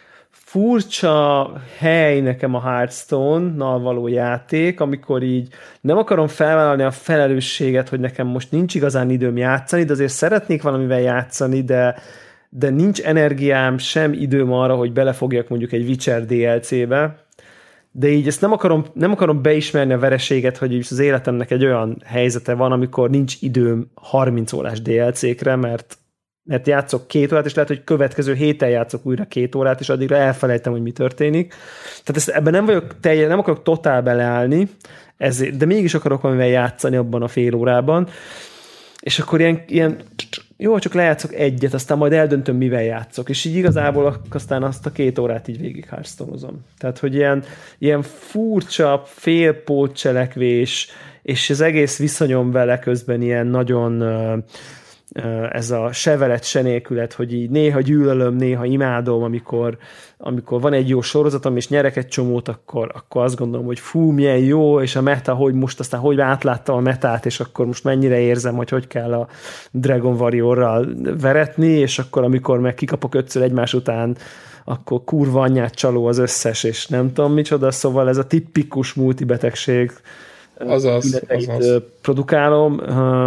furcsa hely nekem a Hearthstone-nal való játék, amikor így nem akarom felvállalni a felelősséget, hogy nekem most nincs igazán időm játszani, de azért szeretnék valamivel játszani, de nincs energiám, sem időm arra, hogy belefogjak mondjuk egy Witcher DLC-be, de így ezt nem akarom beismerni a vereséget, hogy az életemnek egy olyan helyzete van, amikor nincs időm 30 órás DLC-kre, mert játszok 2 órát, és lehet, hogy következő héten játszok újra 2 órát, és addigra elfelejtem, hogy mi történik. Tehát ebben nem akarok totál beleállni, de mégis akarok valamivel játszani abban a fél órában, és akkor ilyen jó, csak lejátszok egyet, aztán majd eldöntöm, mivel játszok, és így igazából aztán azt a 2 órát így végig Hearthstone-ozom. Tehát, hogy ilyen furcsa félpótcselekvés, és az egész viszonyom vele közben ilyen nagyon ez a se veled, se nélkület, hogy így néha gyűlölöm, néha imádom, amikor van egy jó sorozatom, és nyerek egy csomót, akkor azt gondolom, hogy fú, milyen jó, és a meta, hogy most aztán hogy átláttam a metát, és akkor most mennyire érzem, hogy kell a Dragon Warriorral veretni, és akkor amikor meg kikapok 5-ször egymás után, akkor kurva anyját csaló az összes, és nem tudom micsoda, szóval ez a tipikus multibetegség azaz. produkálom,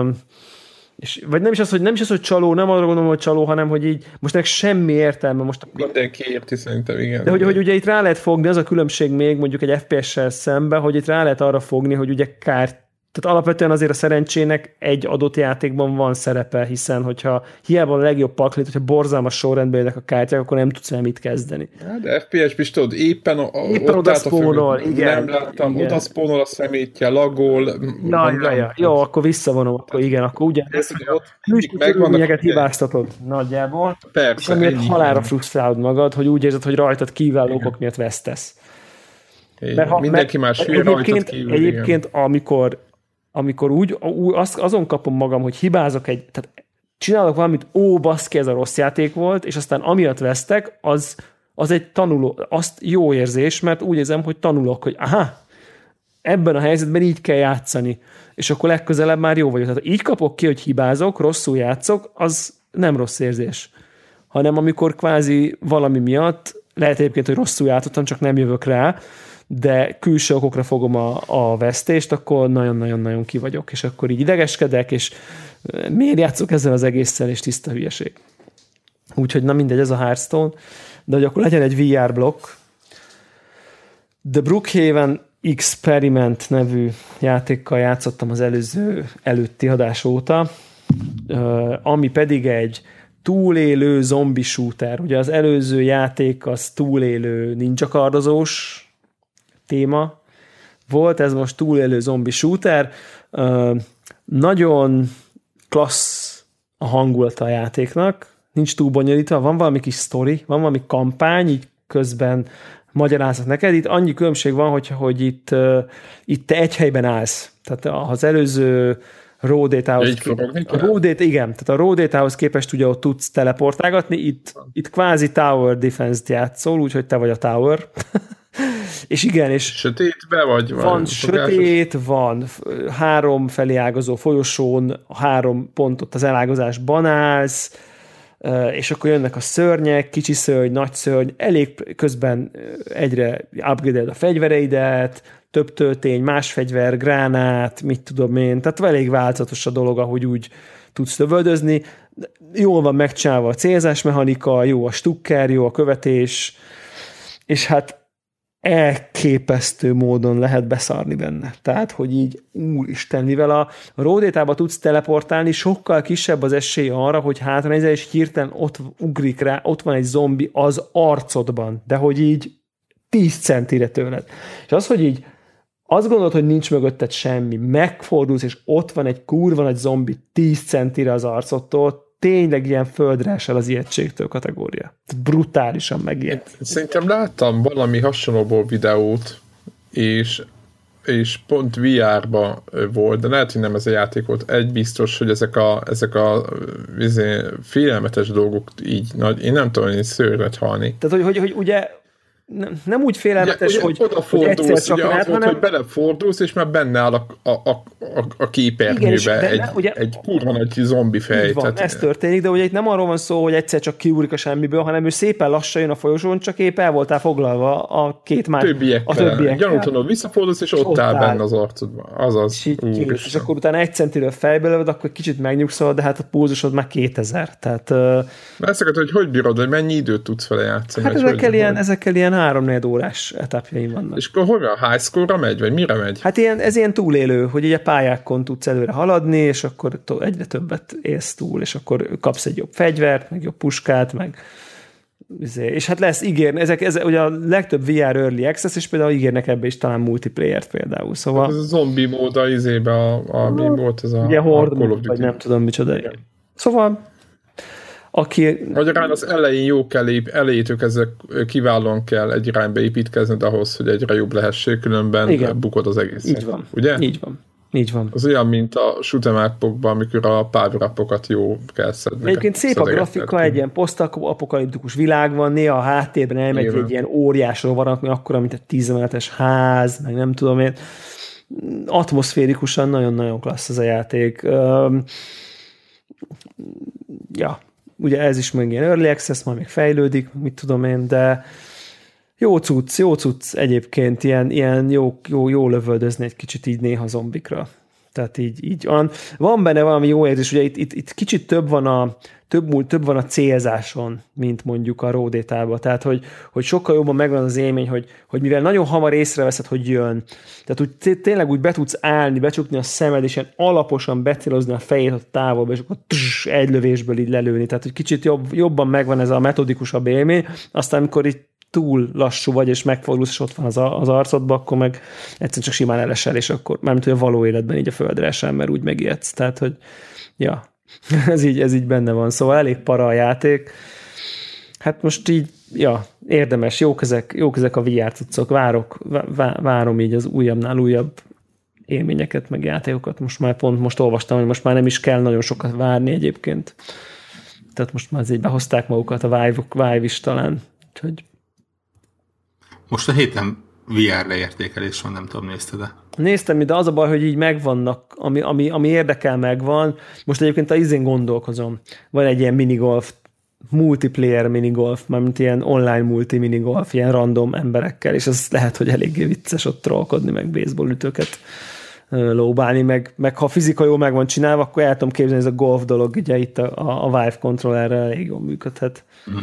és, vagy nem is az, hogy csaló, nem arra gondolom, hogy csaló, hanem hogy így most ennek semmi értelme. Most mindenki érti szerintem, igen. De hogy ugye itt rá lehet fogni, az a különbség még mondjuk egy FPS-sel szemben, hogy itt rá lehet arra fogni, hogy ugye tehát alapvetően azért a szerencsének egy adott játékban van szerepe, hiszen hogyha hiába a legjobb paklit, hogyha borzalmas sorrendben jönnek a kártyák, akkor nem tudsz vele mit kezdeni. De FPS-ben is tudod, éppen oda spónol, igen. Nem láttam, igen. Oda spónol a szemétje, lagol. Ja. Jó, akkor visszavonom, akkor igen, akkor ugye külsőkörülményeket hibáztatod nagyjából, persze, és amiért halálra frusztrálod magad, hogy úgy érzed, hogy rajtad kívülálló okok miatt vesztesz. Mindenki más hülye rajtad kívül. Egyébként, amikor úgy azon kapom magam, hogy hibázok tehát csinálok valamit, baszki, ez a rossz játék volt, és aztán amiatt vesztek, az egy tanuló, azt jó érzés, mert úgy érzem, hogy tanulok, hogy ebben a helyzetben így kell játszani, és akkor legközelebb már jó vagyok. Tehát így kapok ki, hogy hibázok, rosszul játszok, az nem rossz érzés, hanem amikor kvázi valami miatt, lehet egyébként, hogy rosszul játszottam, csak nem jövök rá, de külső okokra fogom a vesztést, akkor nagyon-nagyon-nagyon ki vagyok, és akkor így idegeskedek, és miért játszok ezzel az egésszel, és tiszta hülyeség. Úgyhogy na mindegy, ez a Hearthstone, de hogy akkor legyen egy VR blokk. The Brookhaven Experiment nevű játékkal játszottam az előtti adás óta, ami pedig egy túlélő zombi shooter. Ugye az előző játék az túlélő ninja kardozós téma volt, ez most túlélő zombi shooter. Nagyon klassz a hangulata a játéknak, nincs túl bonyolítva, van valami kis sztori, van valami kampány, így közben magyarázok neked. Itt annyi különbség van, hogy itt te egy helyben állsz. Tehát az előző Raw Data-hoz tehát a Raw Data-hoz képest ugye ott tudsz teleportálgatni, itt kvázi Tower Defense-t játszol, úgyhogy te vagy a Tower. És igen, és sötétbe vagy? Van sötét, van 3 felé ágazó folyosón, 3 pontot az elágazásban állsz, és akkor jönnek a szörnyek, kicsi szörny, nagy szörny, elég közben egyre upgrade-ed a fegyvereidet, több töltény, más fegyver, gránát, mit tudom én, tehát elég változatos a dolog, ahogy úgy tudsz lövöldözni. Jól van megcsinálva a célzás mechanika, jó a stukker, jó a követés, és hát elképesztő módon lehet beszarni benne. Tehát, hogy így, úristen, mivel a Ródétába tudsz teleportálni, sokkal kisebb az esély arra, hogy hátranézel, és hirtelen ott ugrik rá, ott van egy zombi az arcodban, de hogy így 10 centire tőled. És az, hogy így azt gondolod, hogy nincs mögötted semmi, megfordulsz, és ott van egy kurva nagy zombi 10 centire az arcodtól, tényleg ilyen földre esel az ijegységtől kategória. Brutálisan megijedt. Szerintem láttam valami hasonlóból videót, és pont VR-ba volt, de lehet, hogy nem ez a játék volt. Egy biztos, hogy ezek a félelmetes dolgok így nagy, én nem tudom, hogy szőröt halni. Tehát, hogy ugye nem úgy félelmetes, ugye, hogy egyszer csak ugye az volt, hogy belefordulsz, és már benne áll a képernyőbe egy kurva nagy zombi fej. Van, tehát ez történik, de ugye itt nem arról van szó, hogy egyszer csak kiúrik a semmiből, hanem ő szépen lassan jön a folyosón, csak épp el voltál foglalva a két más... Többiekkel. Gyanútlanul visszafordulsz, és ott áll benne az arcodban. Azaz. És akkor utána 1 centiről fejbe lövöd, akkor kicsit megnyugszol, de hát a pulzusod már 2000. Tehát... Ezt hogy bírod, hogy mennyi időt tudsz vele játszani? Hát ezekkel ilyen 3-4 órás etapjaim vannak. És akkor hol a high score-ra megy, vagy mire megy? Hát ez ilyen túlélő, hogy ugye pályákon tudsz előre haladni, és akkor egyre többet élsz túl, és akkor kapsz egy jobb fegyvert, meg jobb puskát, meg és hát lesz ígérni, ez ugye a legtöbb VR Early Access, és például ígérnek ebbe is talán multiplayer-t például, szóval... Ez a zombi mód a izébe, mi volt ez a... Ugye Horde, vagy nem tudom micsoda. Igen. Szóval Magyarán az elején jó kell elejétől ezek kiválóan kell egy irányba építkezned ahhoz, hogy egyre jobb lehessék, különben igen. Bukod az egész. Így van. Ugye? Így van. Az olyan, mint a shoot'em up-okban, amikor a power-upokat jó kell szedni. Egyébként szép a grafika, egy ilyen posztapokaliptikus világ van, néha a háttérben elmegy egy ilyen óriás rovarat, ami akkora, mint egy 10 emeletes ház, meg nem tudom én. Atmoszférikusan nagyon-nagyon klassz ez a játék. Ja. Ugye ez is még ilyen early access, majd még fejlődik, mit tudom én, de jó cucc egyébként, ilyen jó lövöldözni egy kicsit így néha zombikra. Tehát így van benne valami jó érzés, ugye itt kicsit több van a célzáson, mint mondjuk a Raw Data-ban. Tehát, hogy sokkal jobban megvan az élmény, hogy mivel nagyon hamar észreveszed, hogy jön, tehát úgy tényleg úgy be tudsz állni, becsukni a szemed, és ilyen alaposan becélozni a fejét a távolba, és akkor egy lövésből így lelőni. Tehát, hogy kicsit jobban megvan ez a metodikusabb élmény, aztán amikor így túl lassú vagy, és megfordulsz, és ott van az arcodba, akkor meg egyszerűen csak simán elesel, és akkor mármint, hogy a való életben így a földre esel, mert úgy megijedsz. Tehát, hogy ja, ez így benne van. Szóval elég para a játék. Hát most így, ja, érdemes, jók ezek a VR cuccok. Várom így az újabbnál újabb élményeket, meg játékokat. Most olvastam, hogy most már nem is kell nagyon sokat várni egyébként. Tehát most már így behozták magukat a Vive is talán. Úgyhogy most a héten VR leértékelés van, nem tudom, nézted-e? Néztem, de az a baj, hogy így megvannak, ami érdekel, megvan. Most egyébként izén gondolkozom. Van egy ilyen minigolf, multiplayer minigolf, mármint ilyen online multi minigolf, ilyen random emberekkel, és az lehet, hogy eléggé vicces ott trollkodni, meg baseball ütőket lóbálni, meg ha fizika jól meg van csinálva, akkor el tudom képzelni, ez a golf dolog, ugye itt a Vive controllerrel elég jól működhet.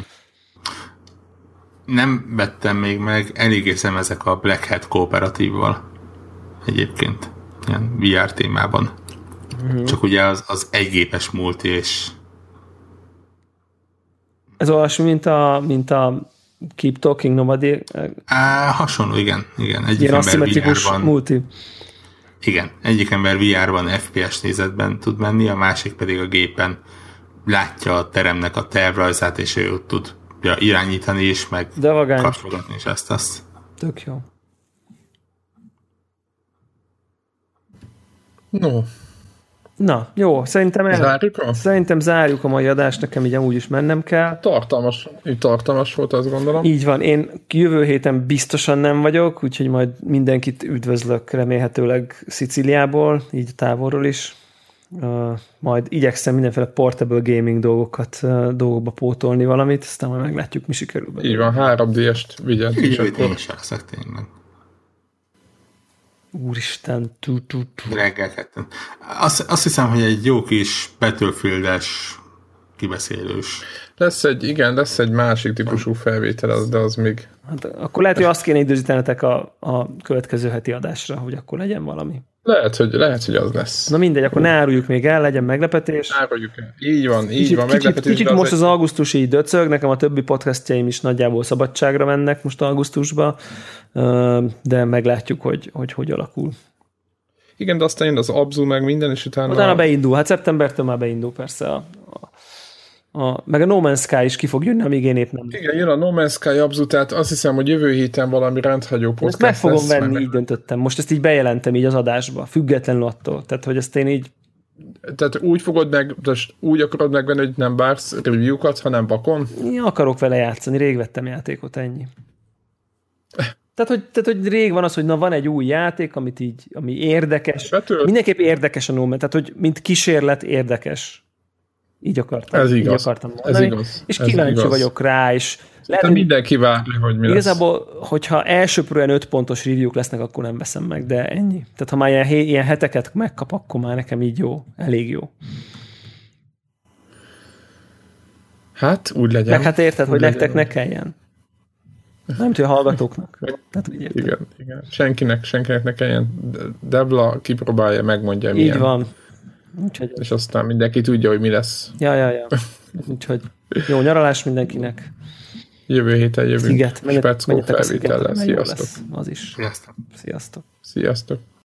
Nem vettem még meg, eléggé szemezek a Black Hat kooperatívval egyébként, ilyen VR témában. Csak ugye az egygépes multi, és ez olyasmi, mint a Keep Talking Nobody? Hasonló, igen. Egyik ilyen ember VR-ban multi. Igen, egyik ember VR-ban FPS nézetben tud menni, a másik pedig a gépen látja a teremnek a tervrajzát, és ő ott tud irányítani is, meg kapcsolgatni is ezt. Tök jó. No. Na, jó, szerintem zárjuk a mai adást, nekem így amúgy is mennem kell. Tartalmas volt, azt gondolom. Így van, én jövő héten biztosan nem vagyok, úgyhogy majd mindenkit üdvözlök remélhetőleg Szicíliából, így távolról is. Majd igyekszem mindenféle portable gaming dolgokba pótolni valamit, aztán majd meglátjuk, mi sikerül. Így van, 3D-est vigyázz. Így én is elszek tényleg. Úristen, Reggel ketten. Azt hiszem, hogy egy jó kis Battlefield-es kibeszélős. Lesz egy másik típusú felvétel, de az még... Hát, akkor lehet, hogy azt kéne időzítenetek a következő heti adásra, hogy akkor legyen valami. Lehet, hogy az lesz. Na mindegy, akkor ne áruljuk még el, legyen meglepetés. Áruljuk el. Így van, meglepetés. Kicsit most az augusztus így döcög, nekem a többi podcastjaim is nagyjából szabadságra mennek most augusztusba, de meglátjuk, hogy alakul. Igen, de aztán jön az Abzu, meg minden, és utána beindul. Hát szeptembertől már beindul persze meg a No Man's Sky is ki fog jönni, amíg én épp nem. Igen, jön a No Man's Sky Abzu, tehát azt hiszem, hogy jövő héten valami rendhagyó podcast lesz. Ezt meg fogom venni, így döntöttem. Most ezt így bejelentem így az adásba, függetlenül attól. Tehát, hogy ezt én így... Tehát úgy akarod megvenni, hogy nem vársz review-kat, hanem vakon? Én akarok vele játszani, rég vettem játékot, ennyi. Tehát, hogy rég van az, hogy van egy új játék, ami érdekes. Mindenképp érdekes a No Man's, tehát, hogy mint kísérlet érdekes. Így akartam. Ez igaz. Így akartam mondani. Ez igaz. És kíváncsi vagyok rá, és lehet, mindenki várja, hogy mi igazából, hogyha elsőprően 5 pontos review-k lesznek, akkor nem veszem meg, de ennyi. Tehát ha már ilyen heteket megkap, akkor már nekem így jó, elég jó. Hát, úgy legyen. Meg hát érted, hogy nektek ne kelljen. Nem tudom, hallgatóknak. Tehát, igen. Senkinek ne kelljen. Devla kipróbálja, megmondja, milyen. Így van. Úgyhogy... És aztán mindenki tudja, hogy mi lesz. Ja. Úgyhogy jó nyaralás mindenkinek. Jövő héten jövünk. Sziget. Speckó felvétellel. Sziasztok. Az is. Sziasztok. Sziasztok. Sziasztok.